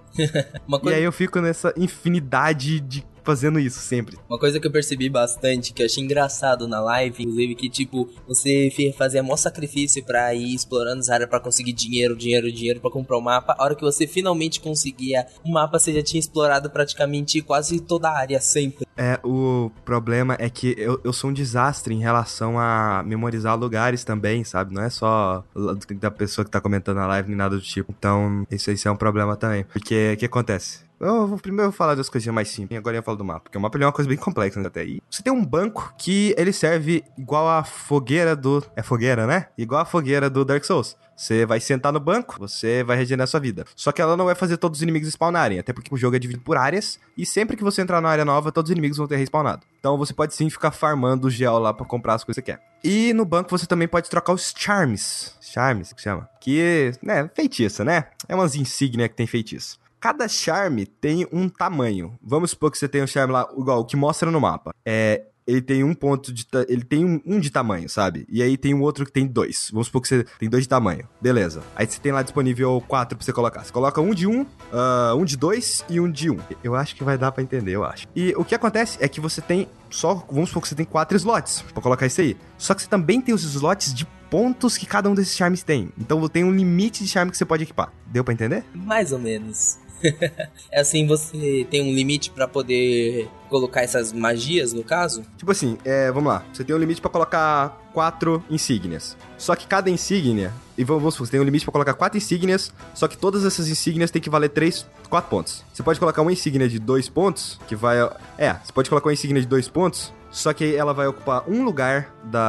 E aí eu fico nessa infinidade de fazendo isso sempre. Uma coisa que eu percebi bastante, que eu achei engraçado na live, inclusive, que tipo, você fazia maior sacrifício pra ir explorando as áreas pra conseguir dinheiro pra comprar o mapa. A hora que você finalmente conseguia o mapa, você já tinha explorado praticamente quase toda a área sempre. O problema é que eu sou um desastre em relação a memorizar lugares também, sabe? Não é só da pessoa que tá comentando na live, nem nada do tipo. Então, isso é um problema também. Porque, o que acontece? Primeiro eu vou falar das coisinhas mais simples, agora eu ia falar do mapa, porque o mapa é uma coisa bem complexa, né, até aí. Você tem um banco que ele serve igual a fogueira do... É fogueira, né? Igual a fogueira do Dark Souls. Você vai sentar no banco, você vai regenerar sua vida. Só que ela não vai fazer todos os inimigos spawnarem, até porque o jogo é dividido por áreas, e sempre que você entrar numa área nova, todos os inimigos vão ter respawnado. Então você pode sim ficar farmando o gel lá pra comprar as coisas que você quer. E no banco você também pode trocar os charms. Charms, que chama? Que, né, feitiço, né? É umas insígnias que tem feitiço. Cada charme tem um tamanho. Vamos supor que você tem um charme lá, igual o que mostra no mapa. Ele tem um ponto de... Ele tem um de tamanho, sabe? E aí tem um outro que tem 2. Vamos supor que você tem 2 de tamanho. Beleza. Aí você tem lá disponível 4 pra você colocar. Você coloca um de 1, um de 2 e um de 1. Eu acho que vai dar pra entender, eu acho. E o que acontece é que você tem vamos supor que você tem 4 slots pra colocar isso aí. Só que você também tem os slots de pontos que cada um desses charmes tem. Então tem um limite de charme que você pode equipar. Deu pra entender? Mais ou menos. É assim, você tem um limite pra poder colocar essas magias, no caso? Tipo assim, vamos lá. Você tem um limite pra colocar 4 insígnias. Só que cada insígnia... E vamos supor, você tem um limite pra colocar 4 insígnias, só que todas essas insígnias tem que valer 4 pontos. Você pode colocar uma insígnia de 2 pontos, que vai... você pode colocar uma insígnia de 2 pontos, só que ela vai ocupar um lugar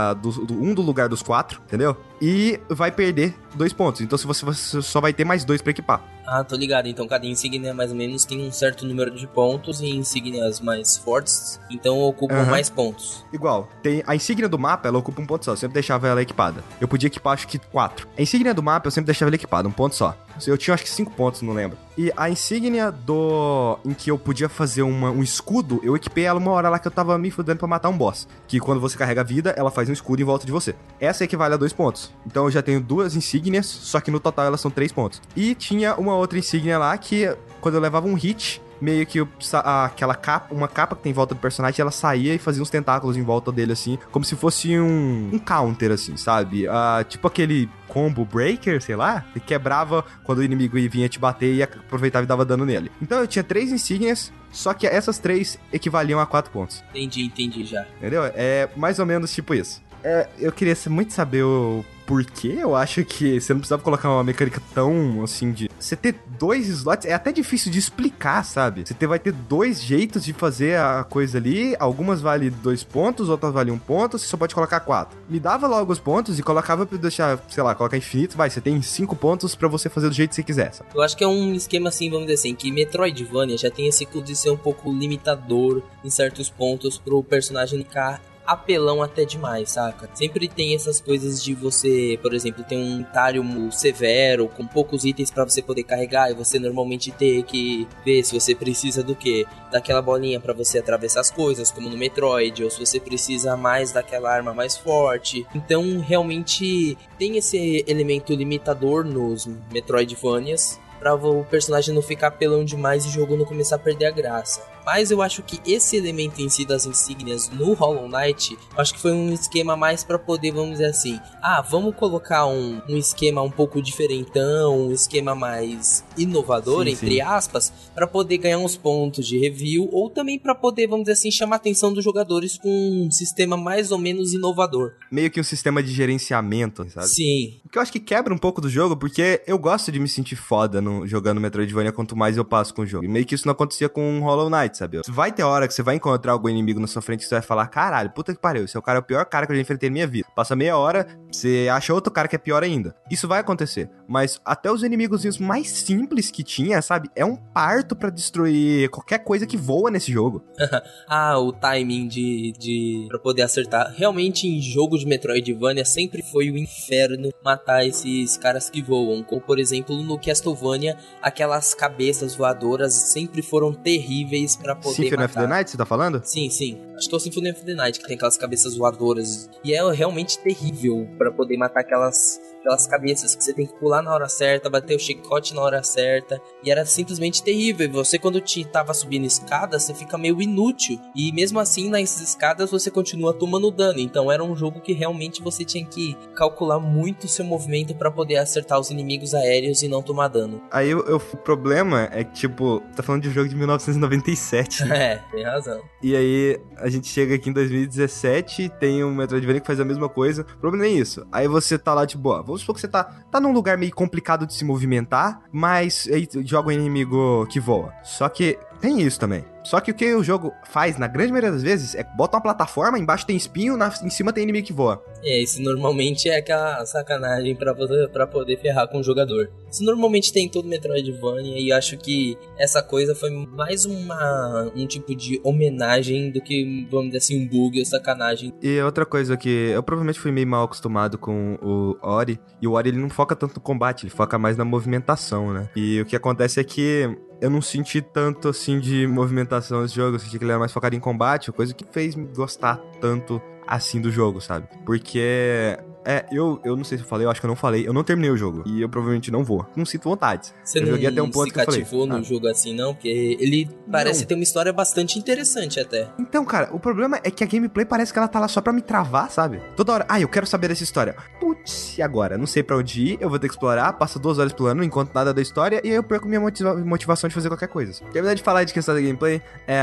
do lugar dos 4, entendeu? E vai perder 2 pontos. Então você só vai ter mais 2 pra equipar. Ah, tô ligado. Então cada insígnia mais ou menos tem um certo número de pontos, e insígnias mais fortes, então ocupam mais pontos. Igual, tem a insígnia do mapa, ela ocupa um ponto só. Eu sempre deixava ela equipada. Eu podia equipar acho que 4. A insígnia do mapa eu sempre deixava ela equipada, um ponto só. Eu tinha acho que 5 pontos, não lembro. E a insígnia em que eu podia fazer um escudo, eu equipei ela uma hora lá que eu tava me fudendo pra matar um boss. Que quando você carrega a vida, ela faz um escudo em volta de você. Essa equivale a 2 pontos. Então eu já tenho 2 insígnias, só que no total elas são 3 pontos. E tinha uma outra insígnia lá que, quando eu levava um hit, meio que uma capa que tem em volta do personagem, ela saía e fazia uns tentáculos em volta dele, assim, como se fosse um counter, assim, sabe? Tipo aquele combo breaker, sei lá, que quebrava quando o inimigo vinha te bater e aproveitava e dava dano nele. Então eu tinha 3 insígnias, só que essas 3 equivaliam a 4 pontos. Entendi já. Entendeu? É mais ou menos tipo isso. Eu queria muito saber porque eu acho que você não precisava colocar uma mecânica tão, assim, de... Você ter 2 slots é até difícil de explicar, sabe? Você vai ter 2 jeitos de fazer a coisa ali, algumas valem 2 pontos, outras valem 1 ponto, você só pode colocar 4. Me dava logo os pontos e colocava pra deixar, sei lá, colocar infinito, você tem 5 pontos pra você fazer do jeito que você quiser, sabe? Eu acho que é um esquema assim, vamos dizer assim, que Metroidvania já tem esse de ser um pouco limitador em certos pontos pro personagem ficar apelão até demais, saca? Sempre tem essas coisas de você, por exemplo, ter um inventário severo, com poucos itens pra você poder carregar, e você normalmente ter que ver se você precisa do quê? Daquela bolinha pra você atravessar as coisas, como no Metroid, ou se você precisa mais daquela arma mais forte. Então, realmente, tem esse elemento limitador nos Metroidvanias, pra o personagem não ficar apelão demais e o jogo não começar a perder a graça. Mas eu acho que esse elemento em si das insígnias no Hollow Knight, eu acho que foi um esquema mais pra poder, vamos dizer assim, vamos colocar um esquema um pouco diferentão, um esquema mais inovador, entre aspas, pra poder ganhar uns pontos de review, ou também pra poder, vamos dizer assim, chamar a atenção dos jogadores com um sistema mais ou menos inovador. Meio que um sistema de gerenciamento, sabe? Sim. O que eu acho que quebra um pouco do jogo, porque eu gosto de me sentir foda jogando Metroidvania quanto mais eu passo com o jogo. E meio que isso não acontecia com Hollow Knight, sabe? Vai ter hora que você vai encontrar algum inimigo na sua frente que você vai falar, caralho, puta que pariu, esse é o pior cara que eu já enfrentei na minha vida. Passa meia hora, você acha outro cara que é pior ainda. Isso vai acontecer. Mas até os inimigos mais simples que tinha, sabe? É um parto pra destruir qualquer coisa que voa nesse jogo. O timing pra poder acertar. Realmente, em jogo de Metroidvania, sempre foi o inferno matar esses caras que voam. Como, por exemplo, no Castlevania, aquelas cabeças voadoras sempre foram terríveis pra poder Symphony matar. of the Night, você tá falando? Sim. Acho que é o Symphony of the Night, que tem aquelas cabeças voadoras. E é realmente terrível pra poder matar aquelas cabeças, que você tem que pular na hora certa, bater o chicote na hora certa, e era simplesmente terrível. E você, quando tava subindo escadas, você fica meio inútil, e mesmo assim nas escadas você continua tomando dano. Então era um jogo que realmente você tinha que calcular muito o seu movimento pra poder acertar os inimigos aéreos e não tomar dano. Aí o problema é que, tipo, tá falando de um jogo de 1997. Tem razão. E aí a gente chega aqui em 2017, tem um Metroidvania que faz a mesma coisa. O problema é isso. Aí você tá lá, tipo, vamos supor que você tá num lugar meio complicado de se movimentar, mas aí joga um inimigo que voa. Só que tem isso também. Só que o que o jogo faz, na grande maioria das vezes, é bota uma plataforma, embaixo tem espinho, em cima tem inimigo que voa. Isso normalmente é aquela sacanagem pra poder ferrar com o jogador. Isso normalmente tem em todo Metroidvania, e acho que essa coisa foi mais um tipo de homenagem do que, vamos dizer assim, um bug ou sacanagem. E outra coisa que eu provavelmente fui meio mal acostumado com o Ori, e o Ori ele não foca tanto no combate, ele foca mais na movimentação, né? E o que acontece é que eu não senti tanto, assim, de movimentação nesse jogo. Eu senti que ele era mais focado em combate, coisa que fez me gostar tanto, assim, do jogo, sabe? Porque... eu não sei se eu falei, eu acho que eu não falei. Eu não terminei o jogo. E eu provavelmente não vou. Não sinto vontade. Você eu joguei até um ponto se que eu falei. cativou num jogo assim, não? Porque ele parece ter uma história bastante interessante até. Então, cara, o problema é que a gameplay parece que ela tá lá só pra me travar, sabe? Toda hora, eu quero saber dessa história. Putz, e agora? Não sei pra onde ir, eu vou ter que explorar, passa 2 horas explorando, não encontro nada da história, e aí eu perco minha motivação de fazer qualquer coisa. Terminar de falar de questão da gameplay,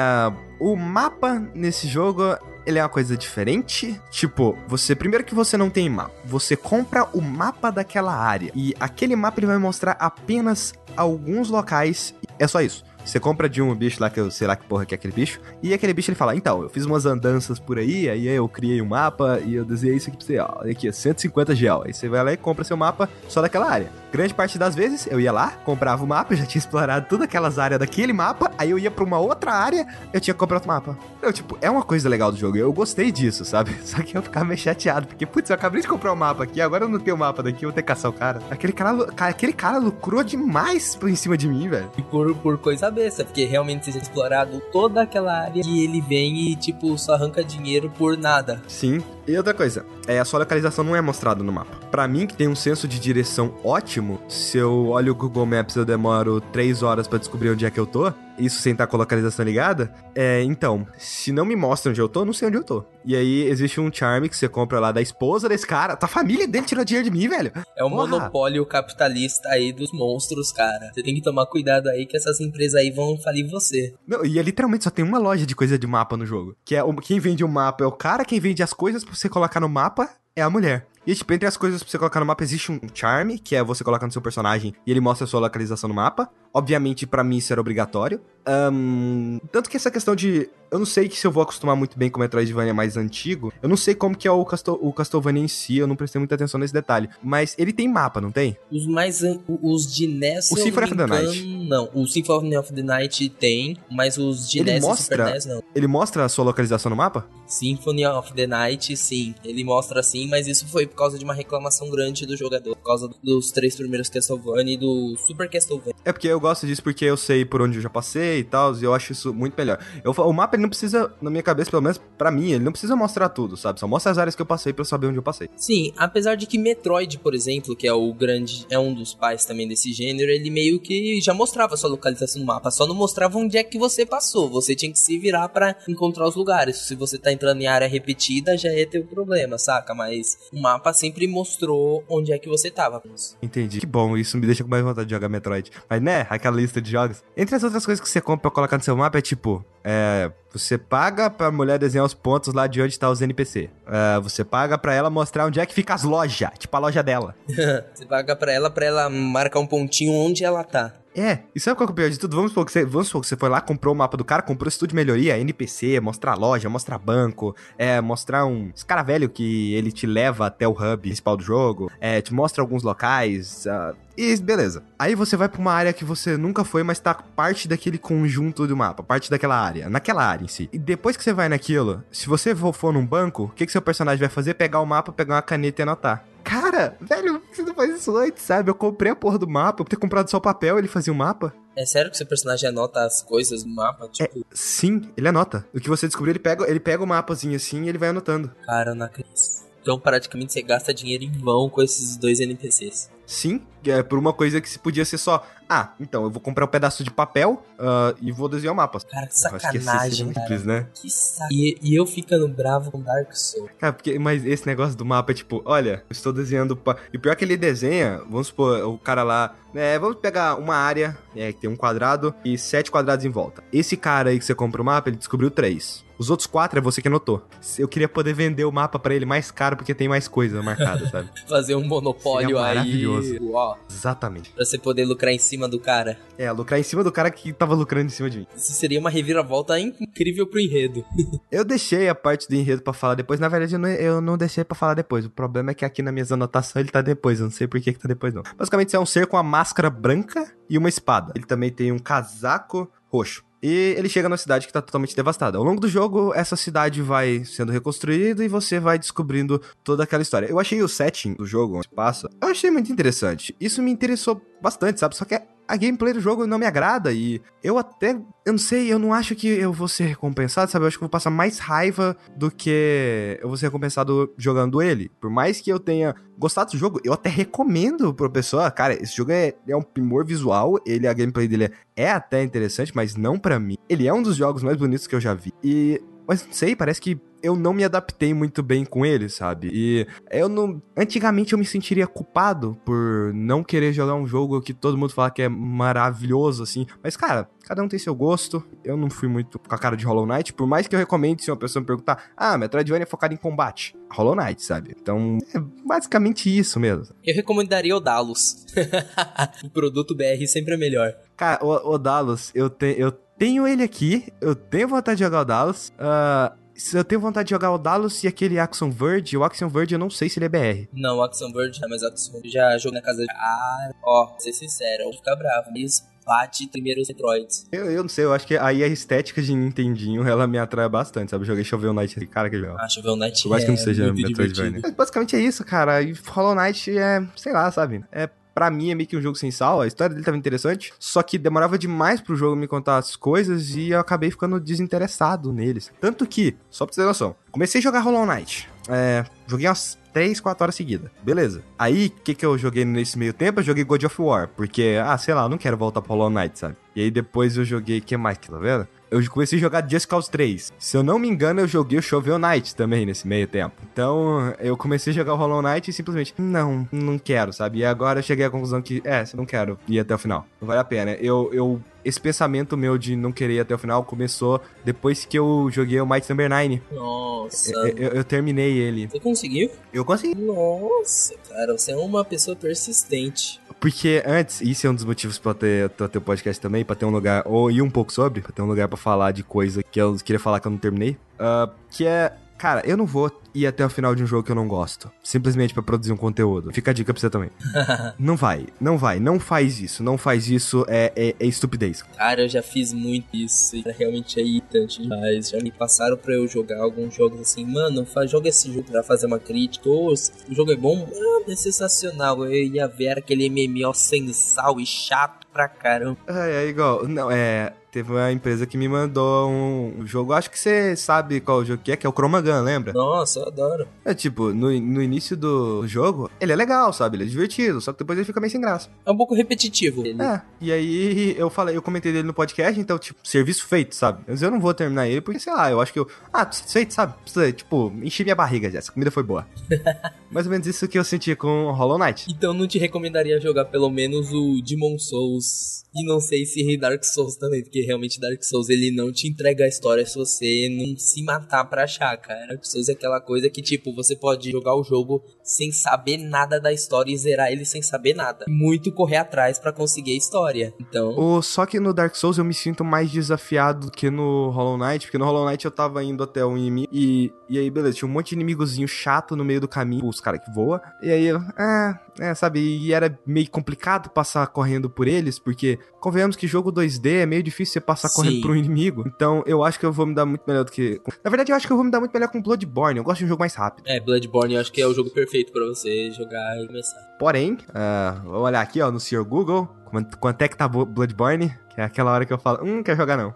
o mapa nesse jogo... Ele é uma coisa diferente, tipo, primeiro que você não tem mapa, você compra o mapa daquela área, e aquele mapa ele vai mostrar apenas alguns locais, é só isso. Você compra de um bicho lá, que eu sei lá que porra que é aquele bicho, e aquele bicho ele fala, então, eu fiz umas andanças por aí eu criei um mapa e eu desenhei isso aqui pra você, olha aqui, 150 gel. Aí você vai lá e compra seu mapa só daquela área. Grande parte das vezes, eu ia lá, comprava o mapa, eu já tinha explorado todas aquelas áreas daquele mapa, aí eu ia pra uma outra área, eu tinha que comprar outro mapa. É uma coisa legal do jogo, eu gostei disso, sabe? Só que eu ficava meio chateado, porque, putz, eu acabei de comprar o mapa aqui, agora eu não tenho o mapa daqui, eu vou ter que caçar o cara. Aquele cara lucrou demais por em cima de mim, velho. E por coisa besta, porque realmente você já explorado toda aquela área e ele vem e, tipo, só arranca dinheiro por nada. Sim. E outra coisa, a sua localização não é mostrada no mapa. Pra mim, que tem um senso de direção ótimo, se eu olho o Google Maps eu demoro 3 horas pra descobrir onde é que eu tô, isso sem estar com a localização ligada, então, se não me mostra onde eu tô, eu não sei onde eu tô. E aí, existe um charme que você compra lá da esposa desse cara, a família dele tirou dinheiro de mim, velho. É o monopólio capitalista aí dos monstros, cara. Você tem que tomar cuidado aí que essas empresas aí vão falir você. Não, e literalmente só tem uma loja de coisa de mapa no jogo, que quem vende o mapa é o cara, quem vende as coisas pra você colocar no mapa é a mulher. E, tipo, entre as coisas pra você colocar no mapa, existe um charm, que é você colocar no seu personagem e ele mostra a sua localização no mapa. Obviamente, pra mim, isso era obrigatório. Tanto que essa questão de... Eu não sei se eu vou acostumar muito bem com o Metroidvania mais antigo. Eu não sei como que é o Castlevania em si, eu não prestei muita atenção nesse detalhe. Mas ele tem mapa, não tem? Os de NES, o Symphony of the Night. Não, o Symphony of the Night tem, mas os de NES e Super NES não. Ele mostra a sua localização no mapa? Symphony of the Night, sim. Ele mostra sim, mas isso foi por causa de uma reclamação grande do jogador. Por causa dos 3 primeiros Castlevania e do Super Castlevania. É porque eu gosto disso porque eu sei por onde eu já passei e tal, e eu acho isso muito melhor. O mapa, ele não precisa, na minha cabeça, pelo menos pra mim, ele não precisa mostrar tudo, sabe? Só mostra as áreas que eu passei pra eu saber onde eu passei. Sim, apesar de que Metroid, por exemplo, que é um dos pais também desse gênero, ele meio que já mostrava a sua localização no mapa, só não mostrava onde é que você passou. Você tinha que se virar pra encontrar os lugares. Se você tá entrando em área repetida, já é teu problema, saca? Mas o mapa sempre mostrou onde é que você tava. Entendi. Que bom, isso me deixa com mais vontade de jogar Metroid. Mas, né, aquela lista de jogos. Entre as outras coisas que você compra pra colocar no seu mapa é tipo... Você paga pra mulher desenhar os pontos lá de onde tá os NPC. Você paga pra ela mostrar onde é que fica as lojas. Tipo a loja dela. Você paga pra ela marcar um pontinho onde ela tá. E sabe qual que é o pior de tudo? Vamos supor que você foi lá, comprou o mapa do cara, comprou isso tudo de melhoria, NPC, mostrar loja, mostrar banco, mostrar esse cara velho que ele te leva até o hub principal do jogo, te mostra alguns locais, e beleza. Aí você vai pra uma área que você nunca foi, mas tá parte daquele conjunto do mapa, parte daquela área, naquela área em si. E depois que você vai naquilo, se você for num banco, o que seu personagem vai fazer? Pegar o mapa, pegar uma caneta e anotar. Cara, velho, você não faz isso antes, sabe? Eu comprei a porra do mapa, eu ter comprado só o papel, ele fazia um mapa. É sério que seu personagem anota as coisas no mapa? Tipo... Sim, ele anota. O que você descobriu, ele pega o mapazinho assim e ele vai anotando. Cara, eu não acredito. Então, praticamente, você gasta dinheiro em vão com esses 2 NPCs. Sim, por uma coisa que podia ser só... então, eu vou comprar um pedaço de papel e vou desenhar o mapa. Cara, que sacanagem, cara. Simples, né? Que saco. E eu ficando bravo com Dark Souls. Cara, mas esse negócio do mapa é tipo... Olha, eu estou desenhando... E o pior é que ele desenha... Vamos supor, o cara lá... vamos pegar uma área que tem um quadrado e 7 quadrados em volta. Esse cara aí que você compra o mapa, ele descobriu 3. Os outros 4 é você que anotou. Eu queria poder vender o mapa pra ele mais caro porque tem mais coisa marcada, sabe? Fazer um monopólio aí. Maravilhoso. Uó. Exatamente. Pra você poder lucrar em cima do cara. Lucrar em cima do cara que tava lucrando em cima de mim. Isso seria uma reviravolta incrível pro enredo. Eu deixei a parte do enredo pra falar depois. Na verdade, eu não deixei pra falar depois. O problema é que aqui nas minhas anotações ele tá depois. Eu não sei por que tá depois, não. Basicamente, isso é um ser com uma máscara branca e uma espada. Ele também tem um casaco roxo. E ele chega numa cidade que tá totalmente devastada. Ao longo do jogo, essa cidade vai sendo reconstruída e você vai descobrindo toda aquela história. Eu achei o setting do jogo, onde passa, eu achei muito interessante. Isso me interessou bastante, sabe? Só que a gameplay do jogo não me agrada e eu não sei, eu não acho que eu vou ser recompensado, sabe? Eu acho que eu vou passar mais raiva do que eu vou ser recompensado jogando ele. Por mais que eu tenha gostado do jogo, eu até recomendo pra pessoa, cara, esse jogo é um primor visual, a gameplay dele é até interessante, mas não pra mim. Ele é um dos jogos mais bonitos que eu já vi. Mas não sei, parece que eu não me adaptei muito bem com ele, sabe? E antigamente eu me sentiria culpado por não querer jogar um jogo que todo mundo fala que é maravilhoso, assim. Mas, cara, cada um tem seu gosto. Eu não fui muito com a cara de Hollow Knight, por mais que eu recomende se uma pessoa me perguntar, Metroidvania é focado em combate. Hollow Knight, sabe? Então, é basicamente isso mesmo. Eu recomendaria o Dalus. O produto BR sempre é melhor. Cara, o Dalus, eu tenho ele aqui, eu tenho vontade de jogar o Dalus. Eu tenho vontade de jogar o Dalus e aquele Axiom Verge. O Axiom Verge eu não sei se ele é BR. Não, o Axiom Verge não, mas o Axiom Verge já joguei na casa de... Vou ser sincero, eu vou ficar bravo. Eles bate primeiro os Metroids. Eu não sei, eu acho que aí a estética de Nintendinho, ela me atrai bastante, sabe? Eu joguei Shovel Knight aqui, cara, que legal. Shovel Knight eu acho que não seja Metroidvania. Basicamente é isso, cara. E Hollow Knight sei lá, sabe? Pra mim é meio que um jogo sem sal, a história dele tava interessante, só que demorava demais pro jogo me contar as coisas e eu acabei ficando desinteressado neles. Tanto que, só pra você ter noção, comecei a jogar Hollow Knight, joguei umas 3, 4 horas seguidas, beleza. Aí, o que eu joguei nesse meio tempo? Eu joguei God of War, porque, sei lá, eu não quero voltar pro Hollow Knight, sabe? E aí depois eu joguei, o que mais que tá vendo? eu comecei a jogar Just Cause 3. Se eu não me engano, eu joguei o Shovel Knight também nesse meio tempo. Então, eu comecei a jogar o Hollow Knight e simplesmente, não quero, sabe? E agora eu cheguei à conclusão que, não quero ir até o final. Não vale a pena. Esse pensamento meu de não querer ir até o final começou depois que eu joguei o Might Number 9. Nossa. Eu terminei ele. Você conseguiu? Eu consegui. Nossa, cara, você é uma pessoa persistente. Porque antes, isso é um dos motivos pra ter o podcast também, pra ter um lugar, ou ir um pouco sobre, pra ter um lugar pra falar de coisa que eu queria falar que eu não terminei. Que é, cara, eu não vou ir até o final de um jogo que eu não gosto. Simplesmente pra produzir um conteúdo. Fica a dica pra você também. Não faz isso, é estupidez. Cara, eu já fiz muito isso, e realmente é irritante demais. Já me passaram pra eu jogar alguns jogos assim, mano, joga esse jogo pra fazer uma crítica, ou se o jogo é bom, é sensacional. Eu ia ver aquele MMO sem sal e chato pra caramba. É igual, teve uma empresa que me mandou um jogo, acho que você sabe qual jogo que é o Chroma Gun, lembra? Nossa, eu adoro. É tipo, no início do jogo, ele é legal, sabe? Ele é divertido, só que depois ele fica meio sem graça. É um pouco repetitivo. E aí eu comentei dele no podcast, então, tipo, serviço feito, sabe? Mas eu não vou terminar ele porque, sei lá, eu acho que satisfeito, sabe? Tipo, enchi minha barriga já, essa comida foi boa. Mais ou menos isso que eu senti com Hollow Knight. Então não te recomendaria jogar pelo menos o Demon Souls. E não sei se Dark Souls também, porque realmente Dark Souls ele não te entrega a história se você não se matar pra achar, cara. Dark Souls é aquela coisa que, tipo, você pode jogar o jogo sem saber nada da história e zerar ele sem saber nada. Muito correr atrás pra conseguir a história. Então... Só que no Dark Souls eu me sinto mais desafiado do que no Hollow Knight, porque no Hollow Knight eu tava indo até um inimigo e aí, beleza, tinha um monte de inimigozinho chato no meio do caminho, os caras que voam, e aí eu, sabe, e era meio complicado passar correndo por eles, porque convenhamos que jogo 2D é meio difícil você passar correndo por um inimigo, então eu acho que eu vou me dar muito melhor do que... Na verdade, eu acho que eu vou me dar muito melhor com Bloodborne, eu gosto de um jogo mais rápido. Bloodborne eu acho que é o jogo perfeito pra você jogar e começar. Porém, vou olhar aqui, ó, no Sr. Google, quanto é que tá Bloodborne, que é aquela hora que eu falo, quer jogar não.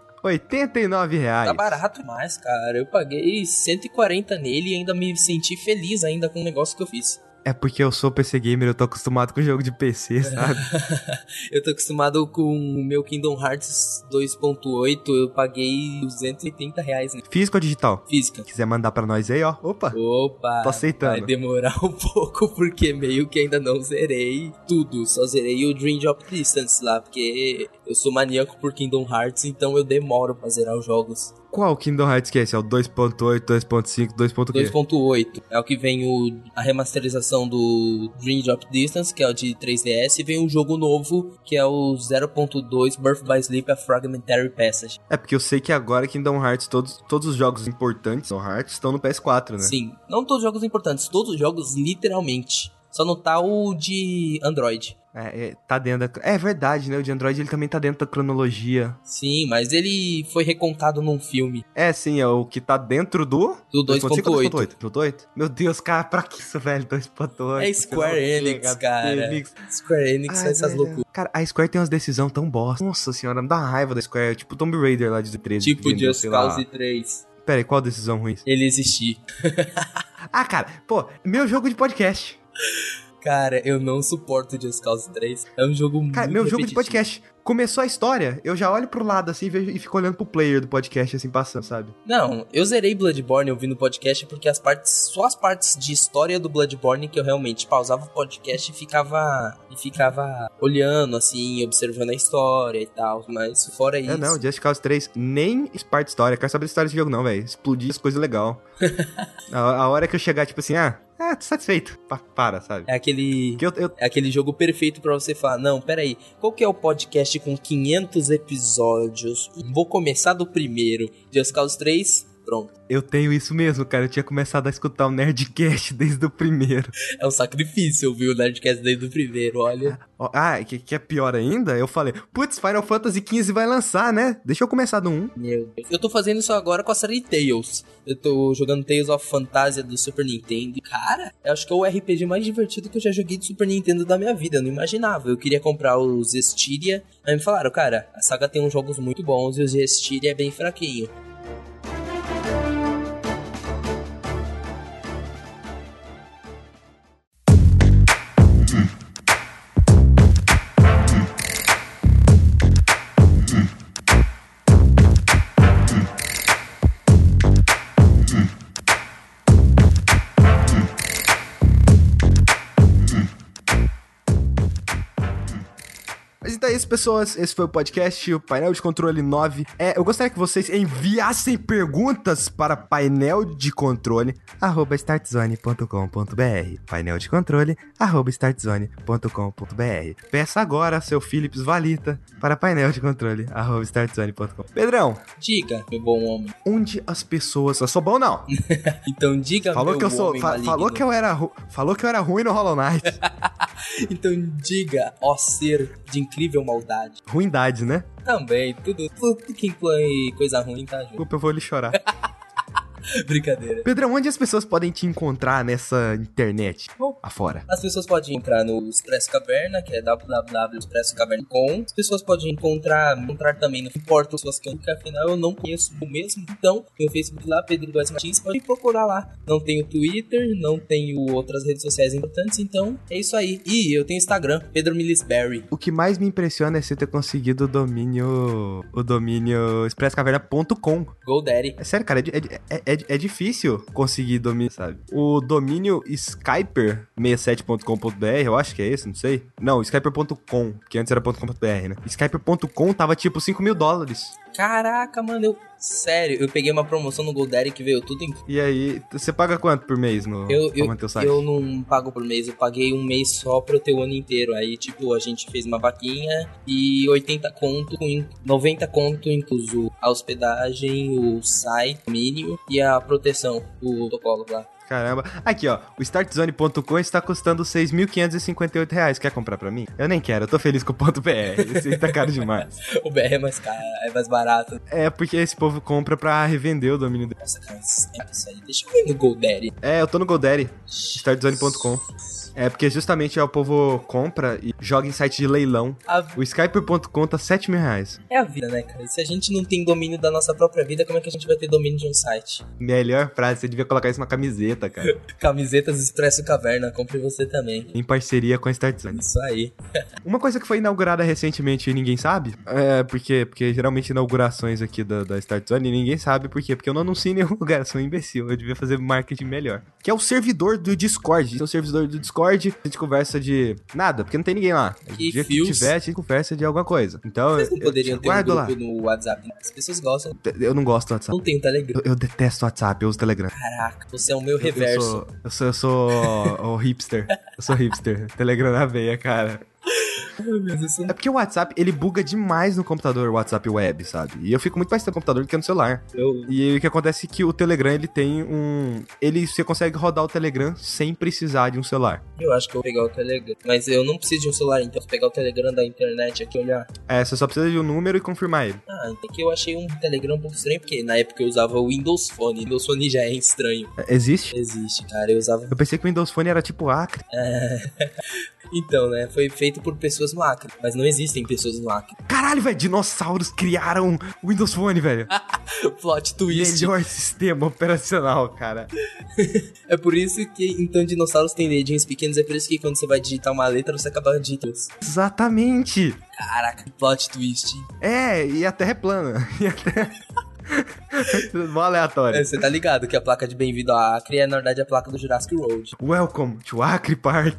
R$89. Tá barato demais, cara. Eu paguei 140 nele e ainda me senti feliz ainda com o negócio que eu fiz. É porque eu sou PC Gamer, eu tô acostumado com jogo de PC, sabe? Eu tô acostumado com o meu Kingdom Hearts 2.8, eu paguei R$280, né? Física ou digital? Física. Se quiser mandar pra nós aí, ó. Opa! Tô aceitando. Vai demorar um pouco, porque meio que ainda não zerei tudo. Só zerei o Dream Drop Distance lá, porque eu sou maníaco por Kingdom Hearts, então eu demoro pra zerar os jogos. Qual Kingdom Hearts que é esse? É o 2.8, 2.5, 2.8. É o que vem a remasterização do Dream Drop Distance, que é o de 3DS, e vem um jogo novo, que é o 0.2 Birth by Sleep, A Fragmentary Passage. É, porque eu sei que agora Kingdom Hearts, todos os jogos importantes do Hearts estão no PS4, né? Sim, não todos os jogos importantes, todos os jogos literalmente. Só não tá o de Android. Tá dentro da... É verdade, né? O de Android, ele também tá dentro da cronologia. Sim, mas ele foi recontado num filme. Sim, é o que tá dentro do 2.8. Meu Deus, cara, pra que isso, velho? 2.8. É Square Enix, cara. Square Enix faz essas loucuras. Cara, a Square tem umas decisões tão bosta. Nossa senhora, me dá raiva da Square. Tipo Tomb Raider lá de 13. Tipo Just Cause 3. Pera aí, qual decisão ruim? Ele existir. Cara, meu jogo de podcast. Cara, eu não suporto Just Cause 3. É um jogo muito meu repetitivo. jogo de podcast. Começou a história, eu já olho pro lado assim e fico olhando pro player do podcast assim, passando, sabe? Não, eu zerei Bloodborne ouvindo o podcast porque só as partes de história do Bloodborne que eu realmente pausava o podcast e ficava olhando assim, observando a história e tal, mas fora isso... Não, Just Cause 3 nem parte de história, quero saber da história desse jogo não, velho. Explodir as coisas legal. a hora que eu chegar, tipo assim, tô satisfeito. Para, sabe? É aquele jogo perfeito pra você falar, não, peraí, qual que é o podcast com 500 episódios? Vou começar do primeiro. Just Cause 3, pronto. Eu tenho isso mesmo, cara. Eu tinha começado a escutar o Nerdcast desde o primeiro. É um sacrifício ouvir o Nerdcast desde o primeiro, olha. Que é pior ainda, eu falei, putz, Final Fantasy XV vai lançar, né? Deixa eu começar do 1. Meu Deus. Eu tô fazendo isso agora com a série Tales. Eu tô jogando Tales of Fantasia do Super Nintendo. Cara, eu acho que é o RPG mais divertido que eu já joguei de Super Nintendo da minha vida. Eu não imaginava. Eu queria comprar os Styria. Aí me falaram, cara, a saga tem uns jogos muito bons e os Styria é bem fraquinho. isso, pessoas. Esse foi o podcast, o Painel de Controle 9. Eu gostaria que vocês enviassem perguntas para paineldecontrole@startzone.com.br. Painel de controle @startzone.com.br. Peça agora seu Philips Valita para painel de controle @startzone.com. Pedrão, Diga, meu bom homem. onde as pessoas... Eu sou bom, não? Então diga, Falou meu que eu sou, homem maligno. falou que eu era ruim no Hollow Knight. Então diga, ó ser de incrível maldade. Ruindade, né? Também, tudo que inclui coisa ruim, tá, junto. Desculpa, eu vou lhe chorar. Brincadeira. Pedrão, onde as pessoas podem te encontrar nessa internet? Bom, Afora. as pessoas podem entrar no Expresso Caverna, que é www.expressocaverna.com. As pessoas podem encontrar também no Importa Suas Cancas, que afinal eu não conheço o mesmo. Então, meu Facebook lá, Pedro Góes Martins, pode procurar lá. Não tenho Twitter, não tenho outras redes sociais importantes, então é isso aí. E eu tenho Instagram, Pedro Milisberry. O que mais me impressiona é você ter conseguido o domínio expressocaverna.com. GoDaddy. É sério, cara, é difícil conseguir domínio, sabe? O domínio skyper67.com.br, eu acho que é esse, não sei. Não, skyper.com, que antes era .com.br, né? Skyper.com tava tipo $5.000. Caraca, mano, sério, eu peguei uma promoção no GoDaddy que veio tudo em... E aí, você paga quanto por mês pra manter o site? Eu não pago por mês, eu paguei um mês só pra eu ter o ano inteiro. Aí, tipo, a gente fez uma vaquinha e 80 conto, 90 conto incluso a hospedagem, o site, o domínio e a proteção, o protocolo lá. Caramba. Aqui, ó. O startzone.com está custando R$6.558. Quer comprar pra mim? Eu nem quero. Eu tô feliz com o ponto .br. Esse aí tá caro demais. O BR é mais caro, é mais barato. É, porque esse povo compra pra revender o domínio dele. Nossa, cara, isso aí. Deixa eu ver no GoDaddy. Eu tô no GoDaddy. startzone.com. É, porque justamente o povo compra e joga em site de leilão. O Skyper.com tá R$7.000. É a vida, né, cara? Se a gente não tem domínio da nossa própria vida, como é que a gente vai ter domínio de um site? Melhor frase, você devia colocar isso numa camiseta, cara. Camisetas Expresso Caverna, compre você também. Em parceria com a Startzone. Isso aí. Uma coisa que foi inaugurada recentemente e ninguém sabe, porque geralmente inaugurações aqui da Startzone ninguém sabe por quê, porque eu não anuncio em nenhum lugar, eu sou um imbecil, eu devia fazer marketing melhor. Que é o servidor do Discord. Esse é o servidor do Discord, a gente conversa de nada, porque não tem ninguém lá. O dia que tiver, a gente conversa de alguma coisa. Então, vocês não poderiam ter um grupo lá no WhatsApp? As pessoas gostam. Eu não gosto do WhatsApp. Não tem o Telegram. Eu detesto o WhatsApp, eu uso o Telegram. Caraca, você é o meu reverso. Eu sou o hipster. Eu sou hipster. Telegram na veia, cara. É porque o WhatsApp, ele buga demais no computador, o WhatsApp web, sabe? E eu fico muito mais tempo no computador do que no celular. E o que acontece é que o Telegram, ele tem você consegue rodar o Telegram sem precisar de um celular. Eu acho que eu vou pegar o Telegram. Mas eu não preciso de um celular, então vou pegar o Telegram da internet aqui e olhar. Você só precisa de um número e confirmar ele. Então que eu achei um Telegram um pouco estranho, porque na época eu usava o Windows Phone. Windows Phone já é estranho. Existe? Existe, cara. Eu usava... Eu pensei que o Windows Phone era tipo Acre. Então, né? Foi feito por pessoas no Acre. Mas não existem pessoas no Acre. Caralho, velho. Dinossauros criaram o Windows Phone, velho. Plot twist. Melhor sistema operacional, cara. É por isso que, então, dinossauros têm dedinhos pequenos. É por isso que quando você vai digitar uma letra, você acaba digitando. Exatamente. Caraca, plot twist. E a Terra é plana. E a Terra... Mó aleatório. Você tá ligado que a placa de bem-vindo a Acre é, na verdade, a placa do Jurassic World. Welcome to Acre Park.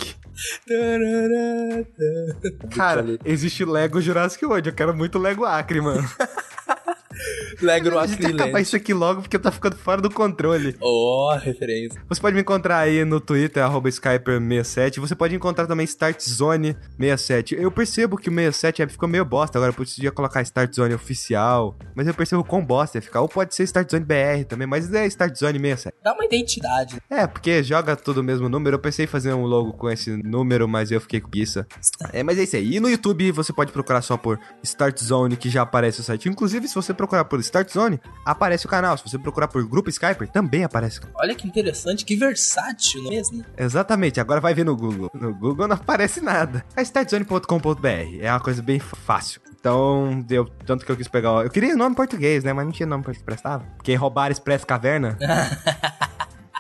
Cara, existe Lego Jurassic World. Eu quero muito Lego Acre, mano. Lego A gente tem que acabar isso aqui logo porque tá ficando fora do controle. Referência. Você pode me encontrar aí no Twitter, @Skyper67. Você pode encontrar também StartZone67. Eu percebo que o 67 ficou meio bosta. Agora eu podia colocar StartZone oficial. Mas eu percebo quão bosta ia ficar. Ou pode ser StartZone BR também, mas é StartZone67. Dá uma identidade. Porque joga tudo o mesmo número. Eu pensei em fazer um logo com esse número, mas eu fiquei com preguiça. Mas é isso aí. E no YouTube você pode procurar só por StartZone, que já aparece o site. Inclusive, se você procurar por StartZone, aparece o canal. Se você procurar por Grupo Skyper, também aparece. Olha que interessante, que versátil, não é mesmo? Exatamente, agora vai ver no Google. No Google não aparece nada. É startzone.com.br, é uma coisa bem fácil. Então, deu tanto que eu quis pegar... Eu queria nome em português, né? Mas não tinha nome que prestava. Porque roubaram Expresso Caverna.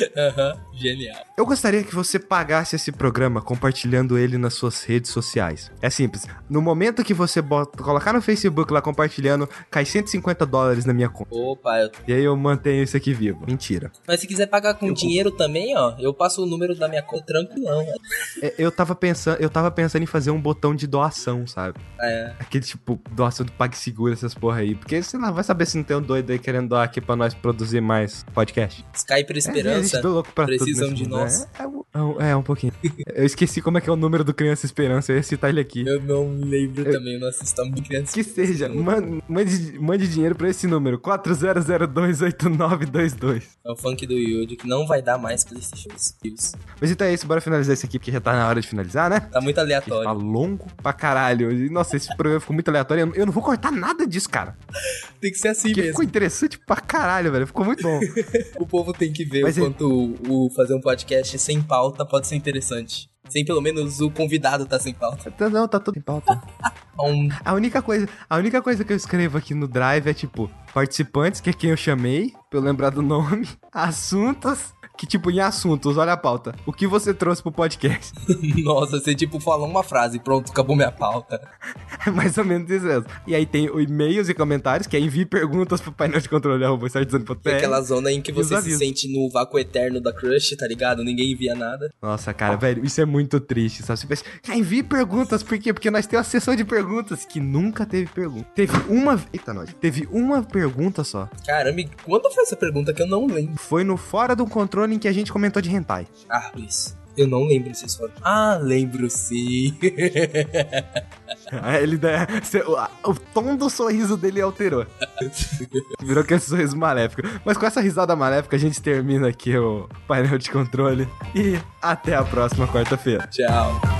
Genial. Eu gostaria que você pagasse esse programa compartilhando ele nas suas redes sociais. É simples. No momento que você colocar no Facebook lá compartilhando, cai $150 na minha conta. Opa, E aí eu mantenho isso aqui vivo. Mentira. Mas se quiser pagar com dinheiro também, ó, eu passo o número da minha conta tranquilão. Eu tava pensando em fazer um botão de doação, sabe? Aquele tipo, doação do PagSeguro, essas porra aí. Porque, sei lá, vai saber se não tem um doido aí querendo doar aqui pra nós produzir mais podcast. Skype Esperança, precisam de nós. Um pouquinho. Eu esqueci como é que é o número do Criança Esperança, eu ia citar ele aqui. Eu não lembro também, eu não assisto muito Criança Que seja, mande dinheiro pra esse número, 40028922. É o funk do Yuji, que não vai dar mais PlayStation Skills. Mas então é isso, bora finalizar isso aqui, porque já tá na hora de finalizar, né? Tá muito aleatório. Tá longo pra caralho. Nossa, esse programa ficou muito aleatório. Eu não vou cortar nada disso, cara. Tem que ser assim Porque mesmo. ficou interessante pra caralho, velho. Ficou muito bom. O povo tem que ver Mas o quanto fazer um podcast sem pauta pode ser interessante. Sem pelo menos o convidado tá sem pauta. Não, tá tudo em pauta. A única coisa que eu escrevo aqui no Drive é tipo, participantes, que é quem eu chamei, pra eu lembrar do nome, assuntos, que tipo, em assuntos, olha a pauta. O que você trouxe pro podcast? Nossa, você tipo falou uma frase, pronto, acabou minha pauta. É mais ou menos isso mesmo. E aí tem o e-mails e comentários, que é envie perguntas pro painel de controle, É aquela zona em que você se sente no vácuo eterno da crush, tá ligado? Ninguém envia nada. Nossa, cara, velho, isso é muito triste, sabe? Você pensa, envie perguntas, por quê? Porque nós temos uma sessão de perguntas que nunca teve pergunta. Teve uma pergunta só. Caramba, quando foi essa pergunta que eu não lembro? Foi no Fora do Controle em que a gente comentou de hentai. Ah, isso. Eu não lembro se foram. Ah, lembro sim. O tom do sorriso dele alterou. Virou aquele sorriso maléfico. Mas com essa risada maléfica, a gente termina aqui o painel de controle. E até a próxima quarta-feira. Tchau.